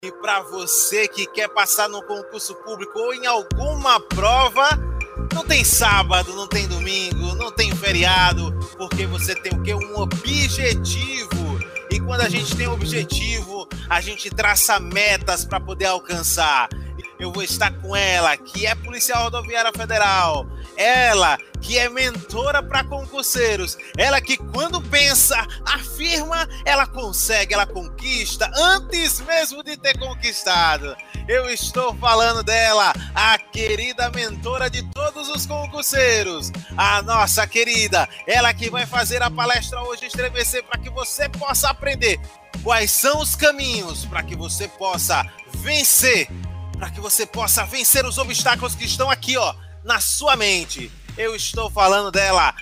E para você que quer passar no concurso público ou em alguma prova, não tem sábado, não tem domingo, não tem feriado, porque você tem o quê? Um objetivo. E quando a gente tem um objetivo, a gente traça metas para poder alcançar. Eu vou estar com ela, que é policial rodoviária federal. Ela, que é mentora para concurseiros. Ela que quando pensa, afirma, ela consegue, ela conquista, antes mesmo de ter conquistado. Eu estou falando dela, a querida mentora de todos os concurseiros. A nossa querida, ela que vai fazer a palestra hoje estremecer para que você possa aprender quais são os caminhos para que você possa vencer. Para que você possa vencer os obstáculos que estão aqui, ó, na sua mente. Eu estou falando dela,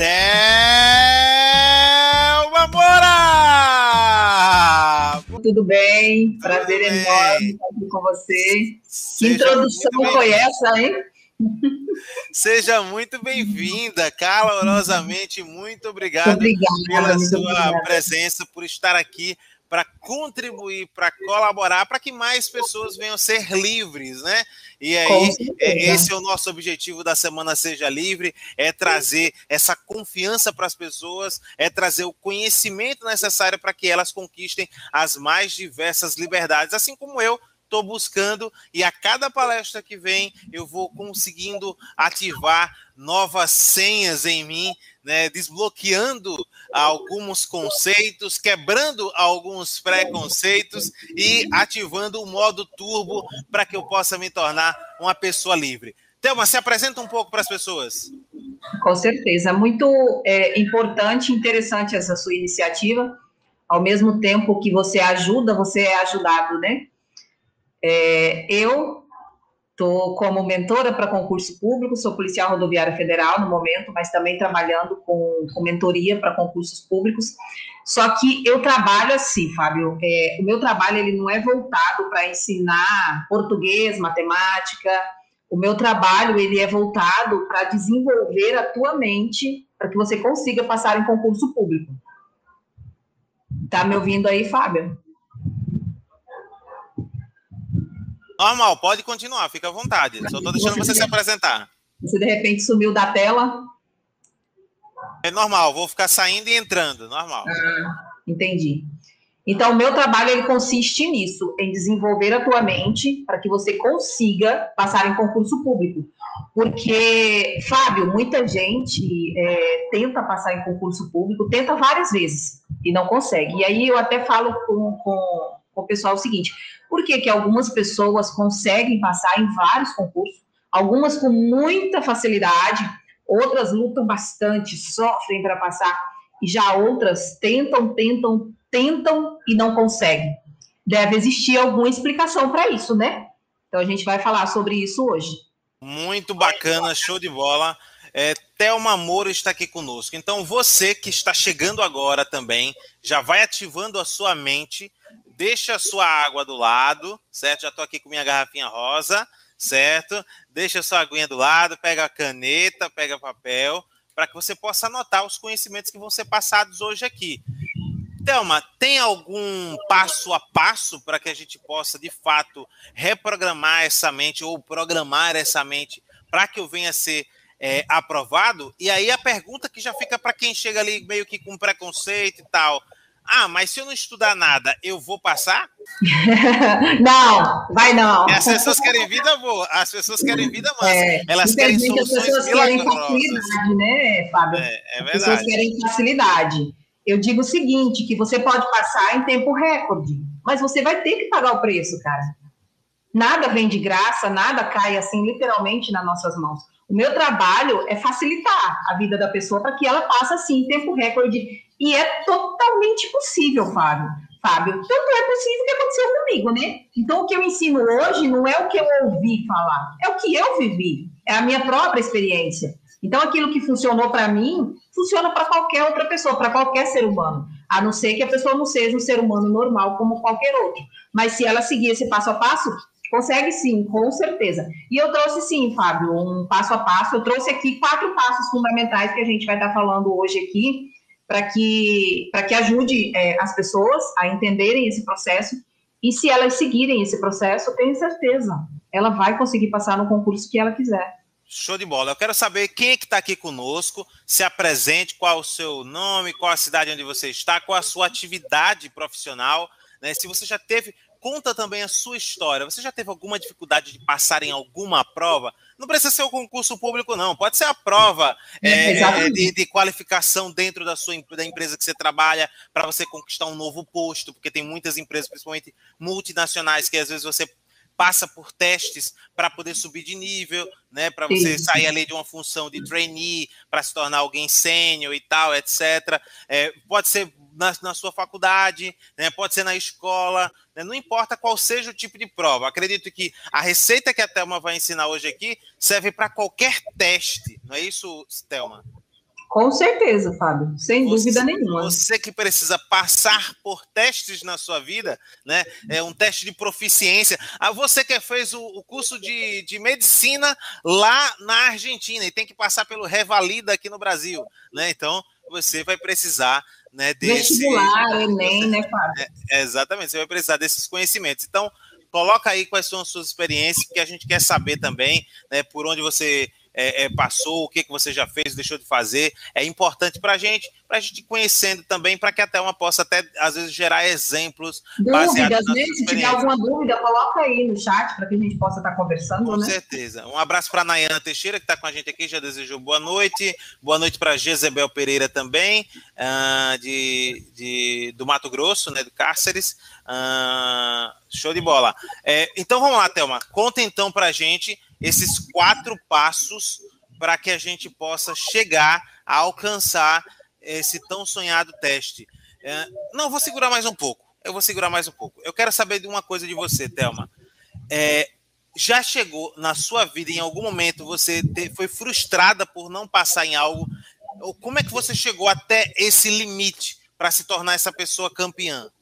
Thelma Moura! Tudo bem? Prazer enorme estar aqui com você. Que introdução foi essa, hein? Seja muito bem-vinda, calorosamente. Muito obrigado pela sua presença, por estar aqui, para contribuir, para colaborar, para que mais pessoas venham ser livres, né? E aí, esse é o nosso objetivo da Semana Seja Livre, é trazer essa confiança para as pessoas, é trazer o conhecimento necessário para que elas conquistem as mais diversas liberdades, assim como eu estou buscando, e a cada palestra que vem, eu vou conseguindo ativar novas senhas em mim, né, desbloqueando alguns conceitos, quebrando alguns preconceitos e ativando o modo turbo para que eu possa me tornar uma pessoa livre. Thelma, se apresenta um pouco para as pessoas. Com certeza, muito importante e interessante essa sua iniciativa. Ao mesmo tempo que você ajuda, você é ajudado, né? Eu estou como mentora para concurso público, sou policial rodoviária federal no momento, mas também trabalhando com mentoria para concursos públicos. Só que eu trabalho assim, Fábio, o meu trabalho ele não é voltado para ensinar português, matemática. O meu trabalho ele é voltado para desenvolver a tua mente para que você consiga passar em concurso público. Tá me ouvindo aí, Fábio? Normal, pode continuar, fica à vontade. Só estou deixando você se apresentar. Você de repente sumiu da tela? É normal, vou ficar saindo e entrando, normal. Entendi. Então, o meu trabalho ele consiste nisso, em desenvolver a tua mente para que você consiga passar em concurso público. Porque, Fábio, muita gente tenta passar em concurso público, tenta várias vezes e não consegue. E aí eu até falo com o pessoal o seguinte: por que algumas pessoas conseguem passar em vários concursos, algumas com muita facilidade, outras lutam bastante, sofrem para passar, e já outras tentam e não conseguem? Deve existir alguma explicação para isso, né? Então a gente vai falar sobre isso hoje. Muito bacana, show de bola. Thelma Moura está aqui conosco. Então você que está chegando agora também, já vai ativando a sua mente. Deixa a sua água do lado, certo? Já estou aqui com minha garrafinha rosa, certo? Deixa a sua aguinha do lado, pega a caneta, pega papel, para que você possa anotar os conhecimentos que vão ser passados hoje aqui. Thelma, tem algum passo a passo para que a gente possa, de fato, reprogramar essa mente ou programar essa mente para que eu venha a ser aprovado? E aí a pergunta que já fica para quem chega ali meio que com preconceito e tal: mas se eu não estudar nada, eu vou passar? Não, vai não. As pessoas querem vida boa, as pessoas querem vida mansa. Elas querem soluções milagrosas. Facilidade, né, Fábio? É verdade. As pessoas querem facilidade. Eu digo o seguinte, que você pode passar em tempo recorde, mas você vai ter que pagar o preço, cara. Nada vem de graça, nada cai assim, literalmente, nas nossas mãos. O meu trabalho é facilitar a vida da pessoa para que ela passe assim em tempo recorde. E é totalmente possível, Fábio. Tanto é possível que aconteceu comigo, né? Então, o que eu ensino hoje não é o que eu ouvi falar, é o que eu vivi, é a minha própria experiência. Então, aquilo que funcionou para mim, funciona para qualquer outra pessoa, para qualquer ser humano, a não ser que a pessoa não seja um ser humano normal como qualquer outro. Mas se ela seguir esse passo a passo, consegue sim, com certeza. E eu trouxe sim, Fábio, um passo a passo. Eu trouxe aqui 4 passos fundamentais que a gente vai estar falando hoje aqui, para que ajude as pessoas a entenderem esse processo E se elas seguirem esse processo, eu tenho certeza, ela vai conseguir passar no concurso que ela quiser. Show de bola. Eu quero saber quem é que está aqui conosco, se apresente, qual o seu nome, qual a cidade onde você está, qual a sua atividade profissional, né? Se você já teve, conta também a sua história. Você já teve alguma dificuldade de passar em alguma prova? Não precisa ser o concurso público, não. Pode ser a prova de qualificação dentro da empresa que você trabalha para você conquistar um novo posto, porque tem muitas empresas, principalmente multinacionais, que às vezes você passa por testes para poder subir de nível, né, para você sair ali de uma função de trainee para se tornar alguém sênior e tal, etc. Pode ser na sua faculdade, né, pode ser na escola, né, não importa qual seja o tipo de prova. Acredito que a receita que a Thelma vai ensinar hoje aqui serve para qualquer teste, não é isso, Thelma? Com certeza, Fábio, sem dúvida nenhuma. Você que precisa passar por testes na sua vida, né? É um teste de proficiência. Você que fez o curso de medicina lá na Argentina e tem que passar pelo Revalida aqui no Brasil, né? Então, você vai precisar, né, desse... Vestibular, Enem, né, Fábio? Exatamente, você vai precisar desses conhecimentos. Então, coloca aí quais são as suas experiências, porque a gente quer saber também, né, por onde você... passou, o que você já fez, deixou de fazer, é importante para a gente ir conhecendo também, para que a Thelma possa até, às vezes, gerar exemplos baseados na sua experiência. Se tiver alguma dúvida, coloca aí no chat, para que a gente possa estar conversando, Com certeza. Um abraço para a Nayana Teixeira, que está com a gente aqui, já desejou boa noite para a Jezebel Pereira também, do Mato Grosso, né, do Cáceres. Show de bola. Então, vamos lá, Thelma, conta então para a gente esses 4 passos para que a gente possa chegar a alcançar esse tão sonhado teste. Não, eu vou segurar mais um pouco. Eu quero saber de uma coisa de você, Thelma. Já chegou na sua vida, em algum momento, você foi frustrada por não passar em algo? Como é que você chegou até esse limite para se tornar essa pessoa campeã?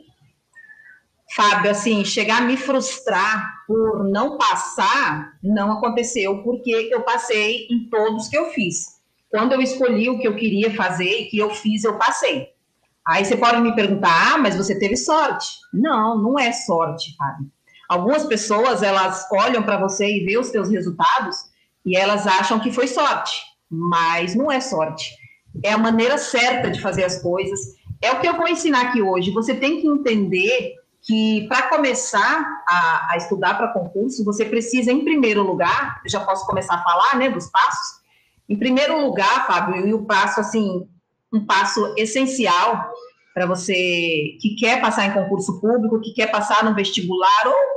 Fábio, assim, chegar a me frustrar por não passar, não aconteceu, porque eu passei em todos que eu fiz. Quando eu escolhi o que eu queria fazer e que eu fiz, eu passei. Aí você pode me perguntar, mas você teve sorte? Não, não é sorte, Fábio. Algumas pessoas, elas olham para você e vê os seus resultados e elas acham que foi sorte, mas não é sorte. É a maneira certa de fazer as coisas. É o que eu vou ensinar aqui hoje. Você tem que entender que para começar a estudar para concurso, você precisa, em primeiro lugar, eu já posso começar a falar, né, dos passos. Em primeiro lugar, Fábio, e o passo, assim, um passo essencial para você que quer passar em concurso público, que quer passar no vestibular ou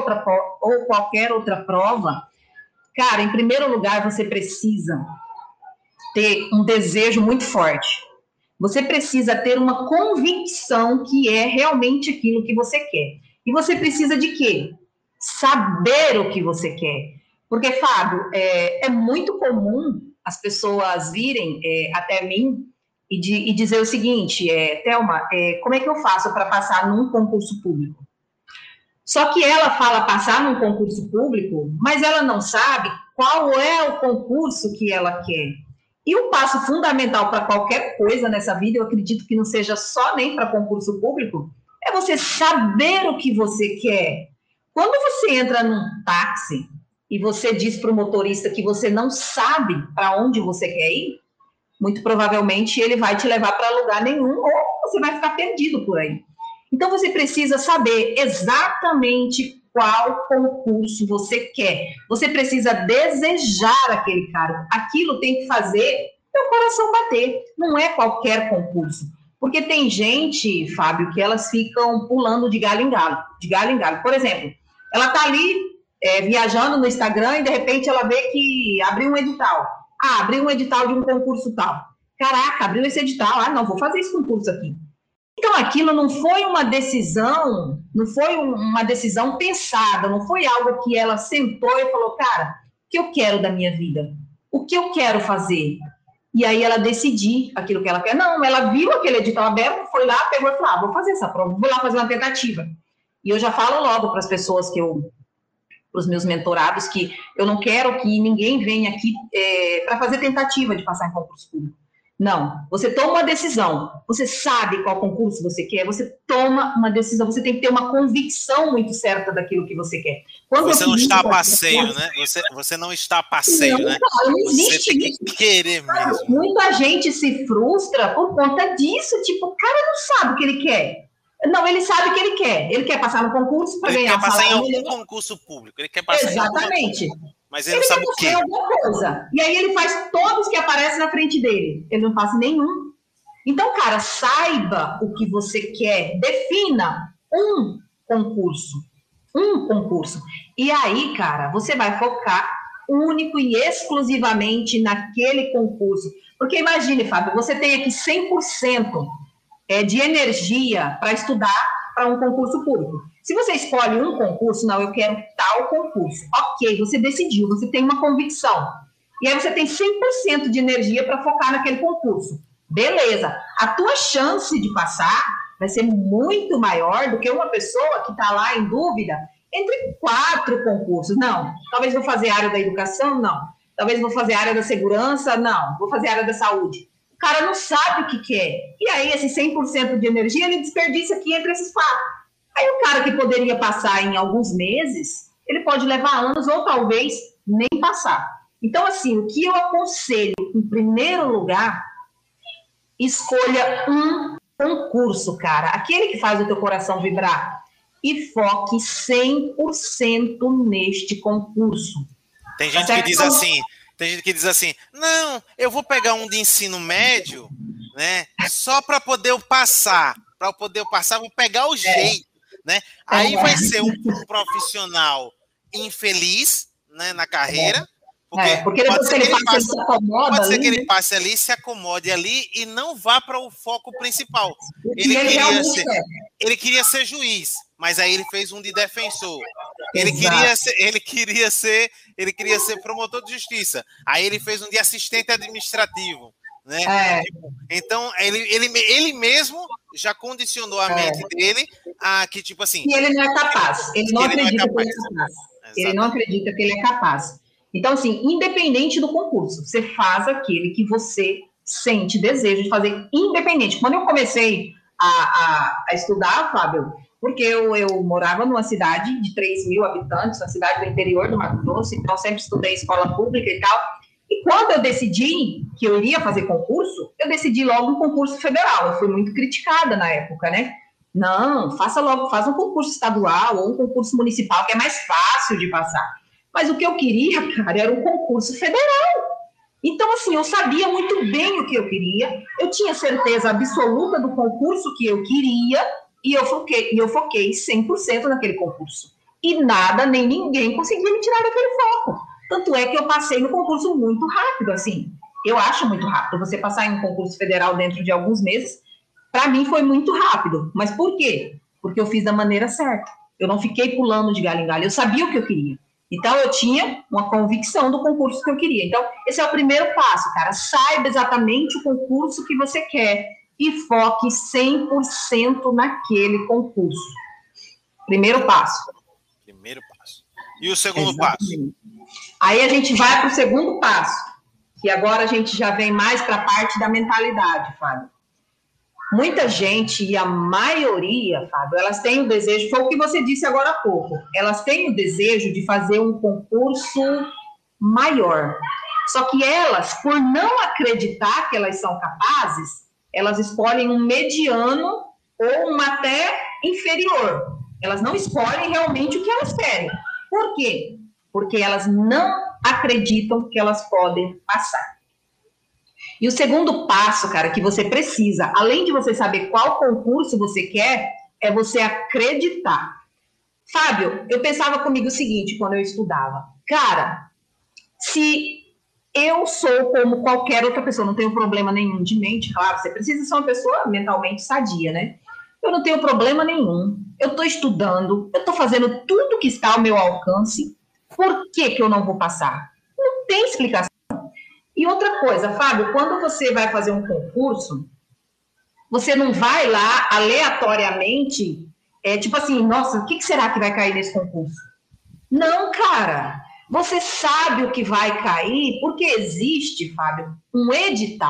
qualquer outra prova, cara, em primeiro lugar, você precisa ter um desejo muito forte. Você precisa ter uma convicção que é realmente aquilo que você quer. E você precisa de quê? Saber o que você quer. Porque, Fábio, é muito comum as pessoas virem até mim e dizer o seguinte, Thelma, como é que eu faço para passar num concurso público? Só que ela fala passar num concurso público, mas ela não sabe qual é o concurso que ela quer. E o passo fundamental para qualquer coisa nessa vida, eu acredito que não seja só nem para concurso público, é você saber o que você quer. Quando você entra num táxi e você diz para o motorista que você não sabe para onde você quer ir, muito provavelmente ele vai te levar para lugar nenhum ou você vai ficar perdido por aí. Então você precisa saber exatamente qual concurso você quer. Você precisa desejar aquele cargo. Aquilo tem que fazer seu coração bater. Não é qualquer concurso. Porque tem gente, Fábio, que elas ficam pulando de galho em galho. De galho em galho. Por exemplo, ela está ali viajando no Instagram e de repente ela vê que abriu um edital. Abriu um edital de um concurso tal. Caraca, abriu esse edital. Não, vou fazer esse concurso aqui. Então, aquilo não foi uma decisão, pensada, não foi algo que ela sentou e falou, cara, o que eu quero da minha vida? O que eu quero fazer? E aí ela decidir aquilo que ela quer. Não, ela viu aquele edital aberto, foi lá, pegou e falou, vou fazer essa prova, vou lá fazer uma tentativa. E eu já falo logo para as pessoas para os meus mentorados, que eu não quero que ninguém venha aqui para fazer tentativa de passar em concurso público. Não, você toma uma decisão, você sabe qual concurso você quer, você toma uma decisão, você tem que ter uma convicção muito certa daquilo que você quer. Quando você não está a passeio, né? Você não está a passeio, não, né? Não existe você tem isso. Que querer mesmo. Muita gente se frustra por conta disso, tipo, o cara não sabe o que ele quer. Não, ele sabe o que ele quer passar no concurso para ganhar um salário. Ele quer passar em algum concurso público, ele quer passar Exatamente. Mas ele não sabe o quê. Alguma coisa. E aí ele faz todos que aparecem na frente dele. Ele não faz nenhum. Então, cara, saiba o que você quer. Defina um concurso. Um concurso. E aí, cara, você vai focar único e exclusivamente naquele concurso. Porque imagine, Fábio, você tem aqui 100% de energia para estudar para um concurso público. Se você escolhe um concurso, não, eu quero tal concurso. Ok, você decidiu, você tem uma convicção. E aí você tem 100% de energia para focar naquele concurso. Beleza. A tua chance de passar vai ser muito maior do que uma pessoa que está lá em dúvida entre 4 concursos. Não, talvez vou fazer área da educação, não. Talvez vou fazer área da segurança, não. Vou fazer área da saúde. O cara não sabe o que quer. E aí esse 100% de energia, ele desperdiça aqui entre esses 4. Aí o cara que poderia passar em alguns meses, ele pode levar anos ou talvez nem passar. Então, assim, o que eu aconselho, em primeiro lugar, escolha um concurso, cara. Aquele que faz o teu coração vibrar. E foque 100% neste concurso. Tem gente que diz assim, não, eu vou pegar um de ensino médio, né, só para poder passar. Para poder passar, vou pegar o jeito. Né? Aí vai ser um profissional infeliz, né, na carreira, porque pode ser que ele passe ali, se acomode ali e não vá para o foco principal. Ele queria ser juiz, mas aí ele fez um de defensor. Ele queria ser promotor de justiça. Aí ele fez um de assistente administrativo. Né? Então, ele mesmo já condicionou a mente dele a que, tipo assim... E ele não é capaz. Ele não acredita que ele é capaz. Ele não acredita que ele é capaz. Então, assim, independente do concurso, você faz aquele que você sente desejo de fazer, independente. Quando eu comecei a estudar, Fábio, porque eu morava numa cidade de 3 mil habitantes, uma cidade do interior do Mato Grosso, então sempre estudei escola pública e tal. E quando eu decidi que eu iria fazer concurso, eu decidi logo um concurso federal. Eu fui muito criticada na época, né? Não, faz um concurso estadual ou um concurso municipal, que é mais fácil de passar. Mas o que eu queria, cara, era um concurso federal. Então, assim, eu sabia muito bem o que eu queria, eu tinha certeza absoluta do concurso que eu queria, e eu foquei 100% naquele concurso. E nada, nem ninguém conseguia me tirar daquele foco. Tanto é que eu passei no concurso muito rápido, assim. Eu acho muito rápido. Você passar em um concurso federal dentro de alguns meses, para mim foi muito rápido. Mas por quê? Porque eu fiz da maneira certa. Eu não fiquei pulando de galho em galho. Eu sabia o que eu queria. Então, eu tinha uma convicção do concurso que eu queria. Então, esse é o primeiro passo, cara. Saiba exatamente o concurso que você quer e foque 100% naquele concurso. Primeiro passo. E o segundo passo? Aí a gente vai para o segundo passo, que agora a gente já vem mais para a parte da mentalidade, Fábio. Muita gente, e a maioria, Fábio, elas têm o desejo, foi o que você disse agora há pouco, elas têm o desejo de fazer um concurso maior. Só que elas, por não acreditar que elas são capazes, elas escolhem um mediano ou um até inferior. Elas não escolhem realmente o que elas querem. Por quê? Porque elas não acreditam que elas podem passar. E o segundo passo, cara, que você precisa, além de você saber qual concurso você quer, é você acreditar. Fábio, eu pensava comigo o seguinte, quando eu estudava. Cara, se eu sou como qualquer outra pessoa, não tenho problema nenhum de mente, claro, você precisa ser uma pessoa mentalmente sadia, né? Eu não tenho problema nenhum. Eu estou estudando, eu estou fazendo tudo que está ao meu alcance. Por que eu não vou passar? Não tem explicação. E outra coisa, Fábio, quando você vai fazer um concurso, você não vai lá aleatoriamente, tipo assim, nossa, o que será que vai cair nesse concurso? Não, cara. Você sabe o que vai cair porque existe, Fábio, um edital.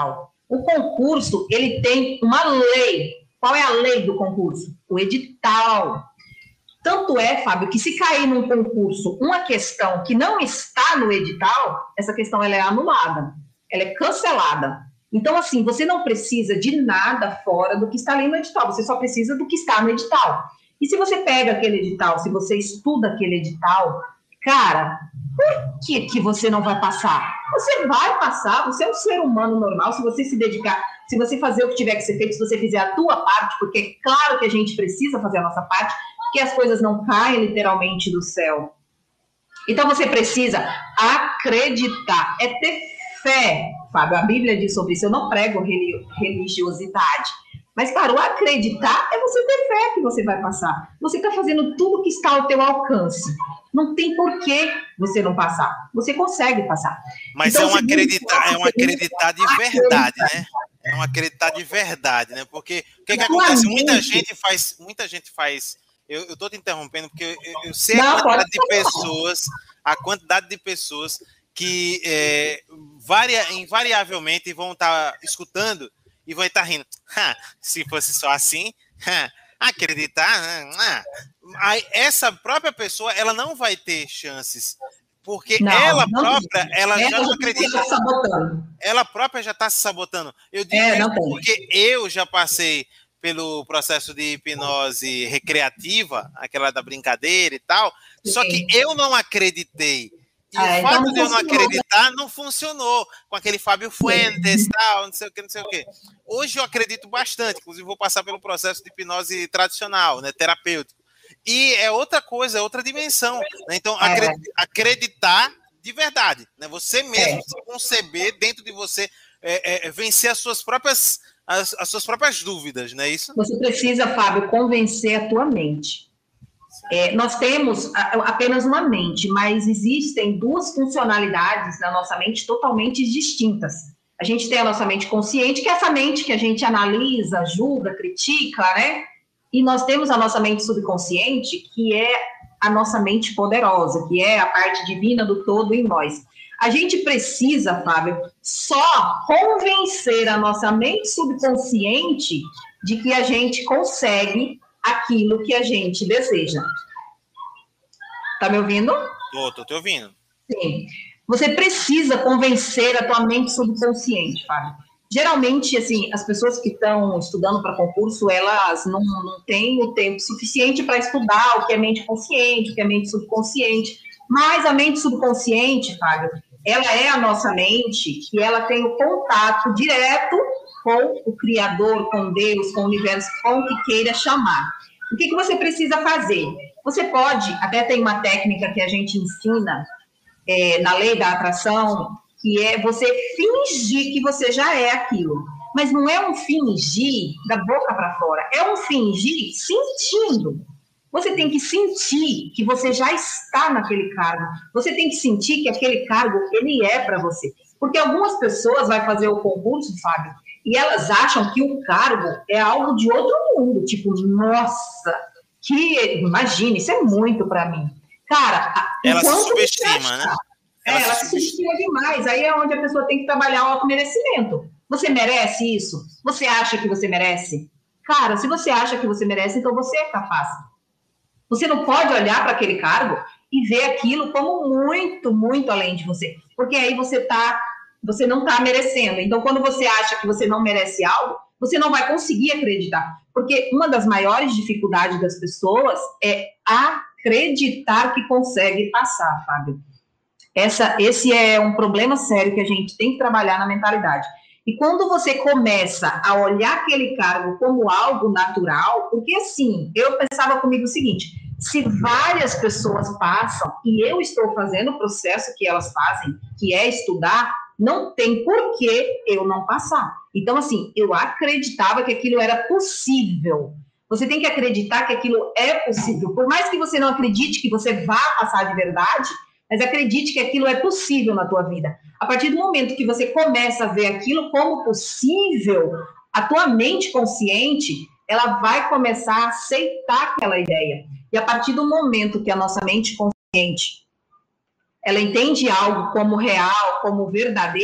O concurso, ele tem uma lei. Qual é a lei do concurso? O edital. Tanto é, Fábio, que se cair num concurso uma questão que não está no edital, essa questão ela é anulada, ela é cancelada. Então, assim, você não precisa de nada fora do que está ali no edital, você só precisa do que está no edital. E se você pega aquele edital, se você estuda aquele edital, cara, por que você não vai passar? Você vai passar, você é um ser humano normal, se você se dedicar, se você fazer o que tiver que ser feito, se você fizer a tua parte, porque é claro que a gente precisa fazer a nossa parte, que as coisas não caem literalmente do céu. Então você precisa acreditar, é ter fé, Fábio. A Bíblia diz sobre isso, eu não prego religiosidade. Mas, cara, o acreditar é você ter fé que você vai passar. Você está fazendo tudo que está ao teu alcance. Não tem por que você não passar. Você consegue passar. Mas então, é um acreditar de verdade, né? É um acreditar de verdade, né? Porque o que acontece? Muita gente faz. Eu estou te interrompendo porque eu sei a quantidade de pessoas que invariavelmente vão estar escutando e vão estar rindo. Se fosse só assim, acreditar, essa própria pessoa ela não vai ter chances, porque ela já não acredita. Ela própria já está se sabotando. Eu digo isso porque eu já passei pelo processo de hipnose recreativa, aquela da brincadeira e tal, só que eu não acreditei. E o fato de eu não acreditar não funcionou com aquele Fábio Fuentes, tal, não sei o que. Hoje eu acredito bastante, inclusive vou passar pelo processo de hipnose tradicional, né, terapêutico. E é outra coisa, é outra dimensão. Né? Então, acreditar de verdade, né? Você mesmo se conceber dentro de você, vencer as suas próprias dúvidas, não é isso? Você precisa, Fábio, convencer a tua mente. Nós temos apenas uma mente, mas existem duas funcionalidades na nossa mente totalmente distintas. A gente tem a nossa mente consciente, que é essa mente que a gente analisa, julga, critica, né? E nós temos a nossa mente subconsciente, que é a nossa mente poderosa, que é a parte divina do todo em nós. A gente precisa, Fábio, só convencer a nossa mente subconsciente de que a gente consegue aquilo que a gente deseja. Tá me ouvindo? Tô te ouvindo. Sim. Você precisa convencer a tua mente subconsciente, Fábio. Geralmente, assim, as pessoas que estão estudando para concurso, elas não têm o tempo suficiente para estudar o que é mente consciente, o que é mente subconsciente. Mas a mente subconsciente, Fábio, ela é a nossa mente e ela tem o contato direto com o Criador, com Deus, com o universo, com o que queira chamar. O que você precisa fazer? Você pode, até tem uma técnica que a gente ensina na lei da atração, que é você fingir que você já é aquilo. Mas não é um fingir da boca para fora, é um fingir sentindo. Você tem que sentir que você já está naquele cargo. Você tem que sentir que aquele cargo, ele é para você. Porque algumas pessoas vão fazer o concurso, Fábio, e elas acham que o cargo é algo de outro mundo. Tipo, nossa, imagine, isso é muito para mim. Cara, ela se subestima, né? Ela se subestima demais. Aí é onde a pessoa tem que trabalhar o automerecimento. Você merece isso? Você acha que você merece? Cara, se você acha que você merece, então você é capaz. Você não pode olhar para aquele cargo e ver aquilo como muito, muito além de você. Porque aí você não está merecendo. Então, quando você acha que você não merece algo, você não vai conseguir acreditar. Porque uma das maiores dificuldades das pessoas é acreditar que consegue passar, Fábio. Esse é um problema sério que a gente tem que trabalhar na mentalidade. E quando você começa a olhar aquele cargo como algo natural, porque assim, eu pensava comigo o seguinte, se várias pessoas passam e eu estou fazendo o processo que elas fazem, que é estudar, não tem por que eu não passar. Então, assim, eu acreditava que aquilo era possível. Você tem que acreditar que aquilo é possível. Por mais que você não acredite que você vá passar de verdade, mas acredite que aquilo é possível na tua vida. A partir do momento que você começa a ver aquilo como possível, a tua mente consciente, ela vai começar a aceitar aquela ideia. E a partir do momento que a nossa mente consciente, ela entende algo como real, como verdadeiro,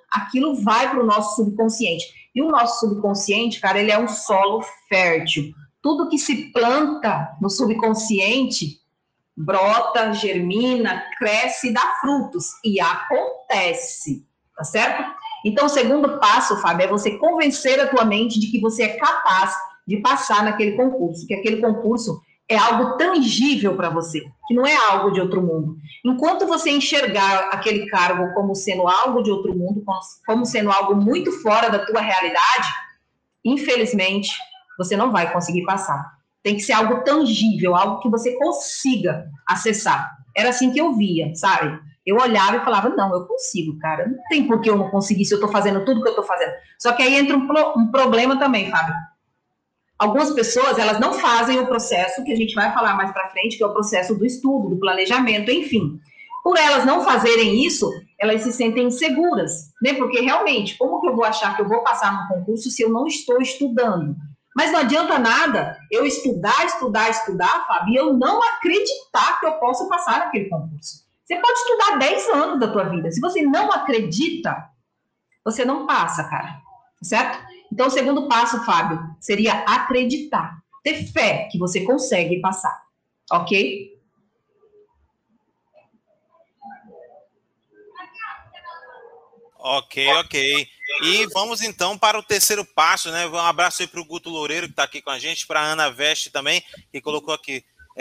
aquilo vai para o nosso subconsciente. E o nosso subconsciente, cara, ele é um solo fértil. Tudo que se planta no subconsciente brota, germina, cresce e dá frutos. E acontece, tá certo? Então, o segundo passo, Fábio, é você convencer a tua mente de que você é capaz de passar naquele concurso, que aquele concurso é algo tangível para você, que não é algo de outro mundo. Enquanto você enxergar aquele cargo como sendo algo de outro mundo, como sendo algo muito fora da tua realidade, infelizmente, você não vai conseguir passar. Tem que ser algo tangível, algo que você consiga acessar. Era assim que eu via, sabe? Eu olhava e falava, não, eu consigo, cara. Não tem por que eu não conseguir se eu estou fazendo tudo que eu estou fazendo. Só que aí entra um problema também, Fábio. Algumas pessoas, elas não fazem o processo, que a gente vai falar mais para frente, que é o processo do estudo, do planejamento, enfim. Por elas não fazerem isso, elas se sentem inseguras, né? Porque realmente, como que eu vou achar que eu vou passar no concurso se eu não estou estudando? Mas não adianta nada eu estudar, Fábio, e eu não acreditar que eu posso passar naquele concurso. Você pode estudar 10 anos da tua vida. Se você não acredita, você não passa, cara. Certo? Então, o segundo passo, Fábio, seria acreditar. Ter fé que você consegue passar. Ok? Ok. E vamos então para o terceiro passo, né? Um abraço aí para o Guto Loureiro, que está aqui com a gente, para a Ana Veste também, que colocou aqui.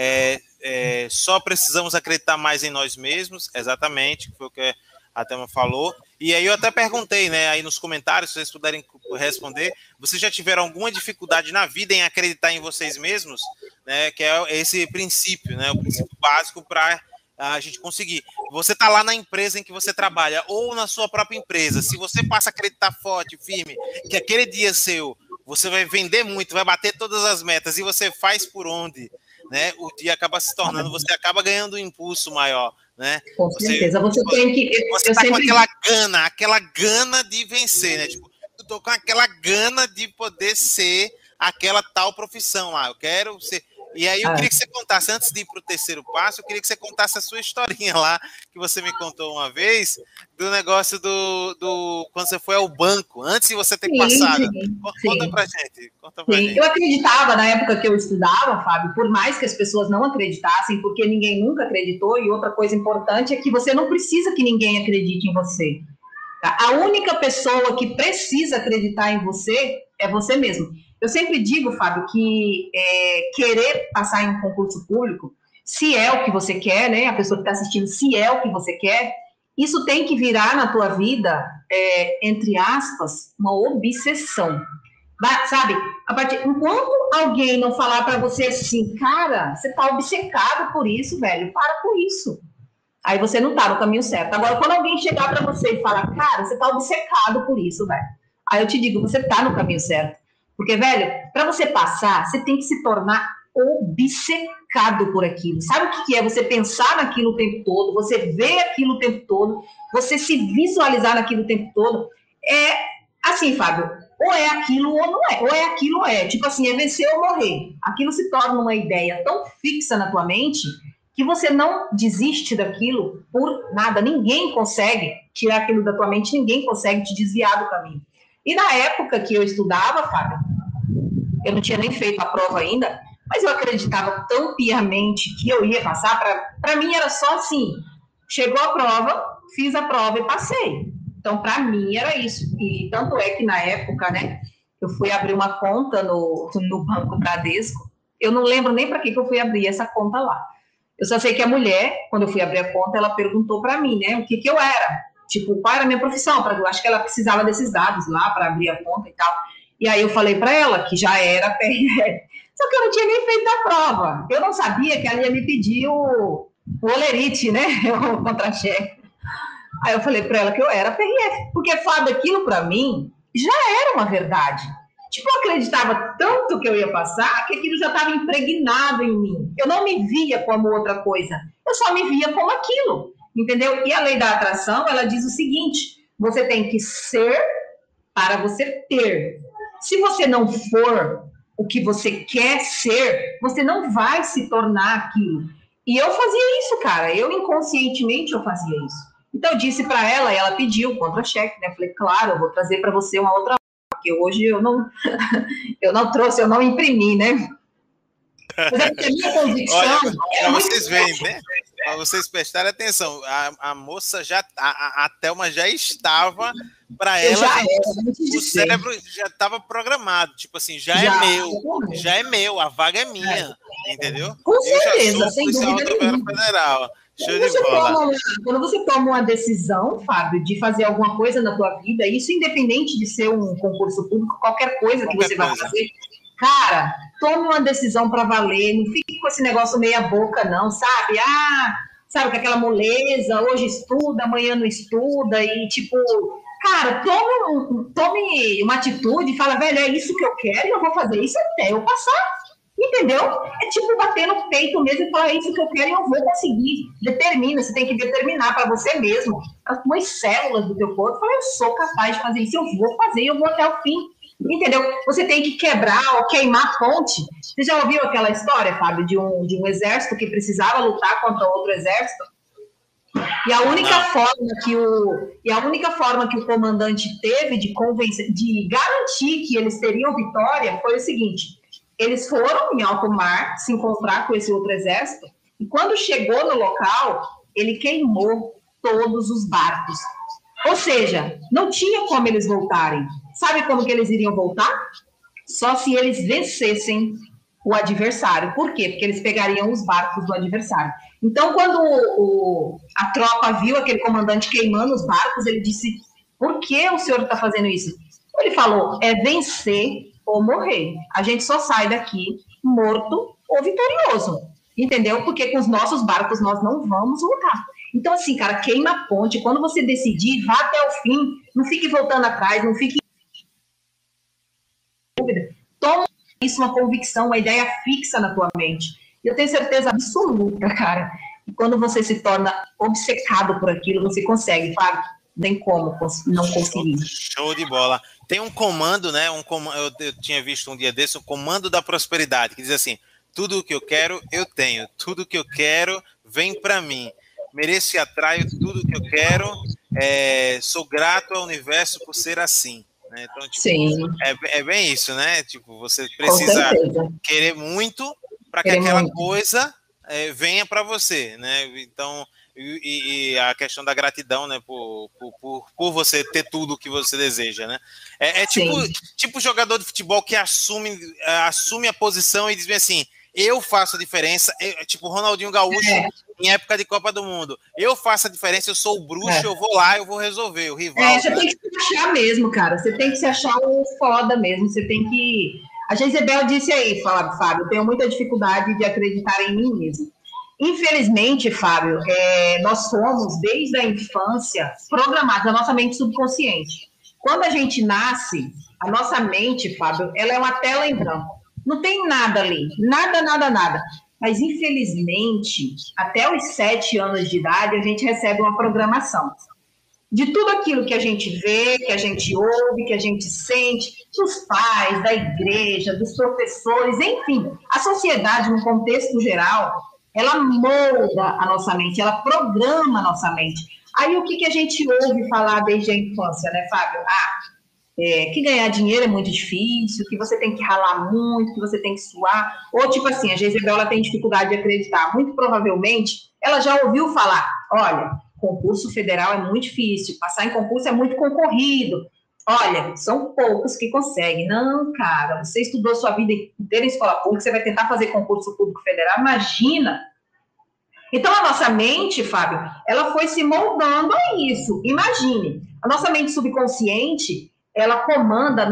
Só precisamos acreditar mais em nós mesmos, exatamente, que foi o que a Thelma falou. E aí eu até perguntei, né, aí nos comentários, se vocês puderem responder, vocês já tiveram alguma dificuldade na vida em acreditar em vocês mesmos, né, que é esse princípio, né, o princípio básico para a gente conseguir. Você está lá na empresa em que você trabalha, ou na sua própria empresa, se você passa a acreditar forte, firme, que aquele dia seu, você vai vender muito, vai bater todas as metas, e você faz por onde, né, o dia acaba se tornando, você acaba ganhando um impulso maior, né? Com certeza, você tem que... Você tá com aquela gana de vencer, né? Tipo, eu tô com aquela gana de poder ser aquela tal profissão lá, eu quero ser... E aí eu queria que você contasse, antes de ir para o terceiro passo, eu queria que você contasse a sua historinha lá, que você me contou uma vez, do negócio do quando você foi ao banco, antes de você ter passado. Conta pra gente. Eu acreditava na época que eu estudava, Fábio, por mais que as pessoas não acreditassem, porque ninguém nunca acreditou, e outra coisa importante é que você não precisa que ninguém acredite em você. Tá? A única pessoa que precisa acreditar em você é você mesmo. Eu sempre digo, Fábio, que querer passar em um concurso público, se é o que você quer, né? A pessoa que está assistindo, se é o que você quer, isso tem que virar na tua vida, entre aspas, uma obsessão. Sabe? Enquanto alguém não falar para você assim, cara, você está obcecado por isso, velho, para com isso. Aí você não está no caminho certo. Agora, quando alguém chegar para você e falar, cara, você está obcecado por isso, velho. Aí eu te digo, você está no caminho certo. Porque, velho, para você passar, você tem que se tornar obcecado por aquilo. Sabe o que é você pensar naquilo o tempo todo, você ver aquilo o tempo todo, você se visualizar naquilo o tempo todo? É assim, Fábio, ou é aquilo ou não é, ou é aquilo ou é. Tipo assim, é vencer ou morrer. Aquilo se torna uma ideia tão fixa na tua mente que você não desiste daquilo por nada. Ninguém consegue tirar aquilo da tua mente, ninguém consegue te desviar do caminho. E na época que eu estudava, Fábio, eu não tinha nem feito a prova ainda, mas eu acreditava tão piamente que eu ia passar. Para mim era só assim, chegou a prova, fiz a prova e passei. Então, para mim era isso. E tanto é que na época, né, eu fui abrir uma conta no Banco Bradesco. Eu não lembro nem para que eu fui abrir essa conta lá. Eu só sei que a mulher, quando eu fui abrir a conta, ela perguntou para mim, né, o que eu era. Tipo, qual era a minha profissão? Eu acho que ela precisava desses dados lá para abrir a conta e tal. E aí eu falei para ela que já era PRF. Só que eu não tinha nem feito a prova. Eu não sabia que ela ia me pedir o olerite, né? O contra-cheque. Aí eu falei para ela que eu era PRF. Porque, Fábio, aquilo para mim já era uma verdade. Tipo, eu acreditava tanto que eu ia passar que aquilo já estava impregnado em mim. Eu não me via como outra coisa. Eu só me via como aquilo. Entendeu? E a lei da atração, ela diz o seguinte: você tem que ser para você ter. Se você não for o que você quer ser, você não vai se tornar aquilo. E eu fazia isso, cara. Eu inconscientemente eu fazia isso. Então eu disse para ela, e ela pediu o contra-cheque, né? Eu falei, claro, eu vou trazer para você uma outra, porque hoje eu não, eu não trouxe, eu não imprimi, né? Mas é porque a minha convicção... Olha, para vocês verem, né? Para vocês prestarem atenção, a moça a Thelma já estava, para ela, o cérebro já estava programado, tipo assim, já é meu, a vaga é minha, entendeu? Com certeza, eu já sou policial rodoviário federal. Show de bola. Quando você toma uma decisão, Fábio, de fazer alguma coisa na tua vida, isso independente de ser um concurso público, qualquer coisa que você vai fazer, cara, tome uma decisão para valer, não fique com esse negócio meia boca, não, sabe? Sabe, com aquela moleza, hoje estuda, amanhã não estuda, e tipo, cara, tome uma atitude e fala, velho, é isso que eu quero e eu vou fazer isso até eu passar. Entendeu? É tipo bater no peito mesmo e falar, é isso que eu quero e eu vou conseguir. Determina, você tem que determinar para você mesmo, as tuas células do teu corpo, fala, eu sou capaz de fazer isso, eu vou fazer e eu vou até o fim. Entendeu? Você tem que quebrar ou queimar a ponte. Você já ouviu aquela história, Fábio, de um exército que precisava lutar contra outro exército? E a única forma que o comandante teve de convencer, de garantir que eles teriam vitória foi o seguinte: eles foram em alto mar se encontrar com esse outro exército e quando chegou no local, ele queimou todos os barcos. Ou seja, não tinha como eles voltarem. Sabe como que eles iriam voltar? Só se eles vencessem o adversário. Por quê? Porque eles pegariam os barcos do adversário. Então, quando a tropa viu aquele comandante queimando os barcos, ele disse, por que o senhor está fazendo isso? Ele falou, é vencer ou morrer. A gente só sai daqui morto ou vitorioso. Entendeu? Porque com os nossos barcos nós não vamos lutar. Então, assim, cara, queima a ponte. Quando você decidir, vá até o fim. Não fique voltando atrás, não fique... Toma isso, uma convicção, uma ideia fixa na tua mente. Eu tenho certeza absoluta, cara, que quando você se torna obcecado por aquilo, você consegue, Fábio. Nem como não conseguir. Show de bola. Tem um comando, né? Eu tinha visto um dia desse, o comando da prosperidade, que diz assim, tudo o que eu quero, eu tenho. Tudo o que eu quero, vem para mim. Mereço e atraio tudo o que eu quero. Sou grato ao universo por ser assim. Né? Então, tipo, sim. É bem isso, né? Tipo, você precisa querer muito para que aquela coisa venha para você, né? Então, e a questão da gratidão, né? Por você ter tudo o que você deseja, né? Tipo jogador de futebol que assume a posição e diz bem assim, eu faço a diferença, tipo Ronaldinho Gaúcho em época de Copa do Mundo. Eu faço a diferença, eu sou o bruxo, eu vou lá, eu vou resolver, o rival. Você tem que se achar mesmo, cara. Você tem que se achar o foda mesmo. Você tem que... A Jezebel disse aí, Fábio, eu tenho muita dificuldade de acreditar em mim mesmo. Infelizmente, Fábio, nós somos, desde a infância, programados, a nossa mente subconsciente. Quando a gente nasce, a nossa mente, Fábio, ela é uma tela em branco. Não tem nada ali, nada. Mas, infelizmente, até os 7 anos de idade, a gente recebe uma programação. De tudo aquilo que a gente vê, que a gente ouve, que a gente sente, dos pais, da igreja, dos professores, enfim. A sociedade, no contexto geral, ela molda a nossa mente, ela programa a nossa mente. Aí, o que a gente ouve falar desde a infância, né, Fábio? Que ganhar dinheiro é muito difícil, que você tem que ralar muito, que você tem que suar. Ou, tipo assim, a Jezebel ela tem dificuldade de acreditar. Muito provavelmente, ela já ouviu falar, olha, concurso federal é muito difícil, passar em concurso é muito concorrido. Olha, são poucos que conseguem. Não, cara, você estudou sua vida inteira em escola pública, você vai tentar fazer concurso público federal, imagina. Então, a nossa mente, Fábio, ela foi se moldando a isso. Imagine, a nossa mente subconsciente, ela comanda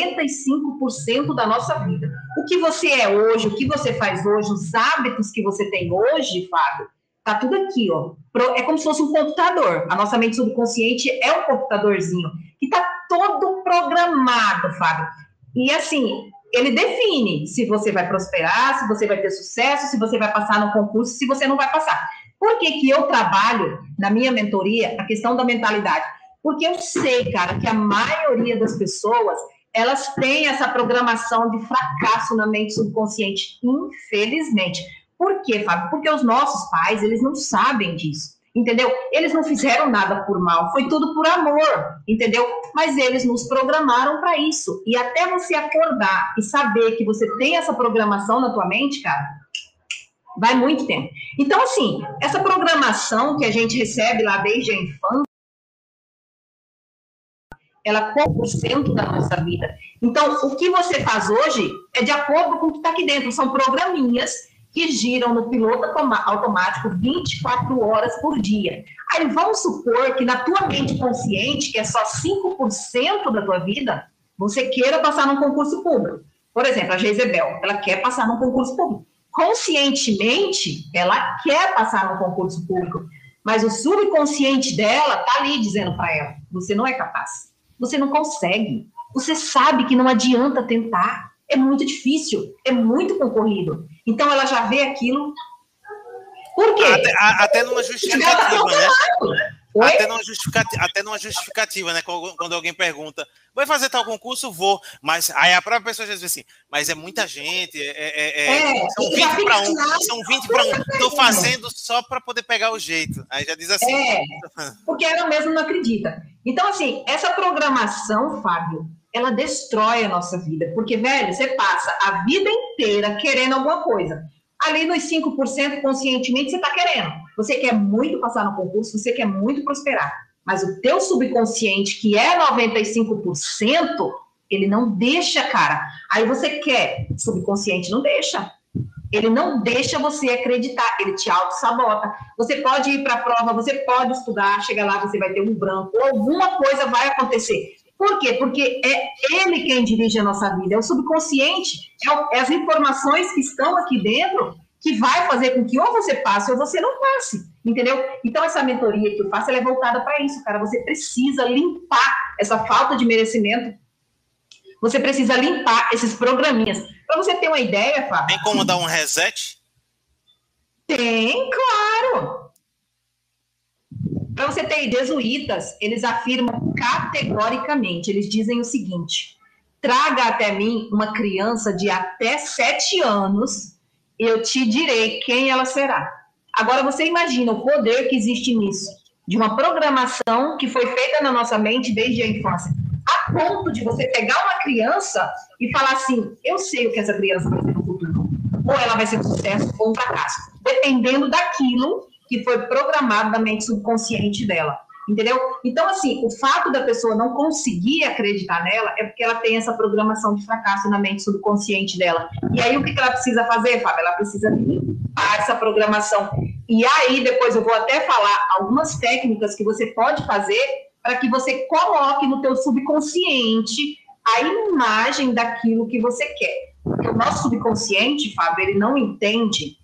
95% da nossa vida. O que você é hoje, o que você faz hoje, os hábitos que você tem hoje, Fábio, tá tudo aqui, ó. É como se fosse um computador. A nossa mente subconsciente é um computadorzinho que tá todo programado, Fábio. E assim, ele define se você vai prosperar, se você vai ter sucesso, se você vai passar no concurso, se você não vai passar. Por que eu trabalho na minha mentoria a questão da mentalidade? Porque eu sei, cara, que a maioria das pessoas, elas têm essa programação de fracasso na mente subconsciente, infelizmente. Por quê, Fábio? Porque os nossos pais, eles não sabem disso. entendeu? Eles não fizeram nada por mal, foi tudo por amor, entendeu? Mas eles nos programaram para isso. E até você acordar e saber que você tem essa programação na tua mente, cara, vai muito tempo. Então, assim, essa programação que a gente recebe lá desde a infância, ela é 100% da nossa vida. Então, o que você faz hoje é de acordo com o que está aqui dentro. São programinhas que giram no piloto automático 24 horas por dia. Aí vamos supor que na tua mente consciente, que é só 5% da tua vida, você queira passar num concurso público. Por exemplo, a Jezebel, ela quer passar num concurso público. Conscientemente, ela quer passar num concurso público, mas o subconsciente dela está ali dizendo para ela, você não é capaz, você não consegue, você sabe que não adianta tentar, é muito difícil, é muito concorrido. Então, ela já vê aquilo. Por quê? Até numa justificativa, né? Até numa justificativa, né? Quando alguém pergunta, vai fazer tal concurso? Vou. Mas aí a própria pessoa já diz assim, mas é muita gente, são 20 para 1, são 20 para 1. Estou fazendo só para poder pegar o jeito. Aí já diz assim. Porque ela mesmo não acredita. Então, assim, essa programação, Fábio, ela destrói a nossa vida. Porque, velho, você passa a vida inteira querendo alguma coisa. Ali nos 5%, conscientemente, você está querendo. Você quer muito passar no concurso, você quer muito prosperar. Mas o teu subconsciente, que é 95%, ele não deixa, cara. Aí você quer, o subconsciente não deixa. Ele não deixa você acreditar, ele te auto-sabota. Você pode ir para a prova, você pode estudar, chega lá, você vai ter um branco, alguma coisa vai acontecer. Por quê? Porque é ele quem dirige a nossa vida, é o subconsciente, é as informações que estão aqui dentro que vai fazer com que ou você passe ou você não passe, entendeu? Então, essa mentoria que eu faço, ela é voltada para isso, cara. Você precisa limpar essa falta de merecimento, você precisa limpar esses programinhas. Para você ter uma ideia, Fábio... Tem como dar um reset? Tem, claro! Para você ter ideia, jesuítas, eles afirmam categoricamente, eles dizem o seguinte, traga até mim uma criança de até 7 anos, eu te direi quem ela será. Agora, você imagina o poder que existe nisso, de uma programação que foi feita na nossa mente desde a infância, a ponto de você pegar uma criança e falar assim, eu sei o que essa criança vai ser no futuro, ou ela vai ser um sucesso ou um fracasso, dependendo daquilo que foi programado na mente subconsciente dela, entendeu? Então, assim, o fato da pessoa não conseguir acreditar nela é porque ela tem essa programação de fracasso na mente subconsciente dela. E aí, o que ela precisa fazer, Fábio? Ela precisa limpar essa programação. E aí, depois eu vou até falar algumas técnicas que você pode fazer para que você coloque no teu subconsciente a imagem daquilo que você quer. Porque o nosso subconsciente, Fábio, ele não entende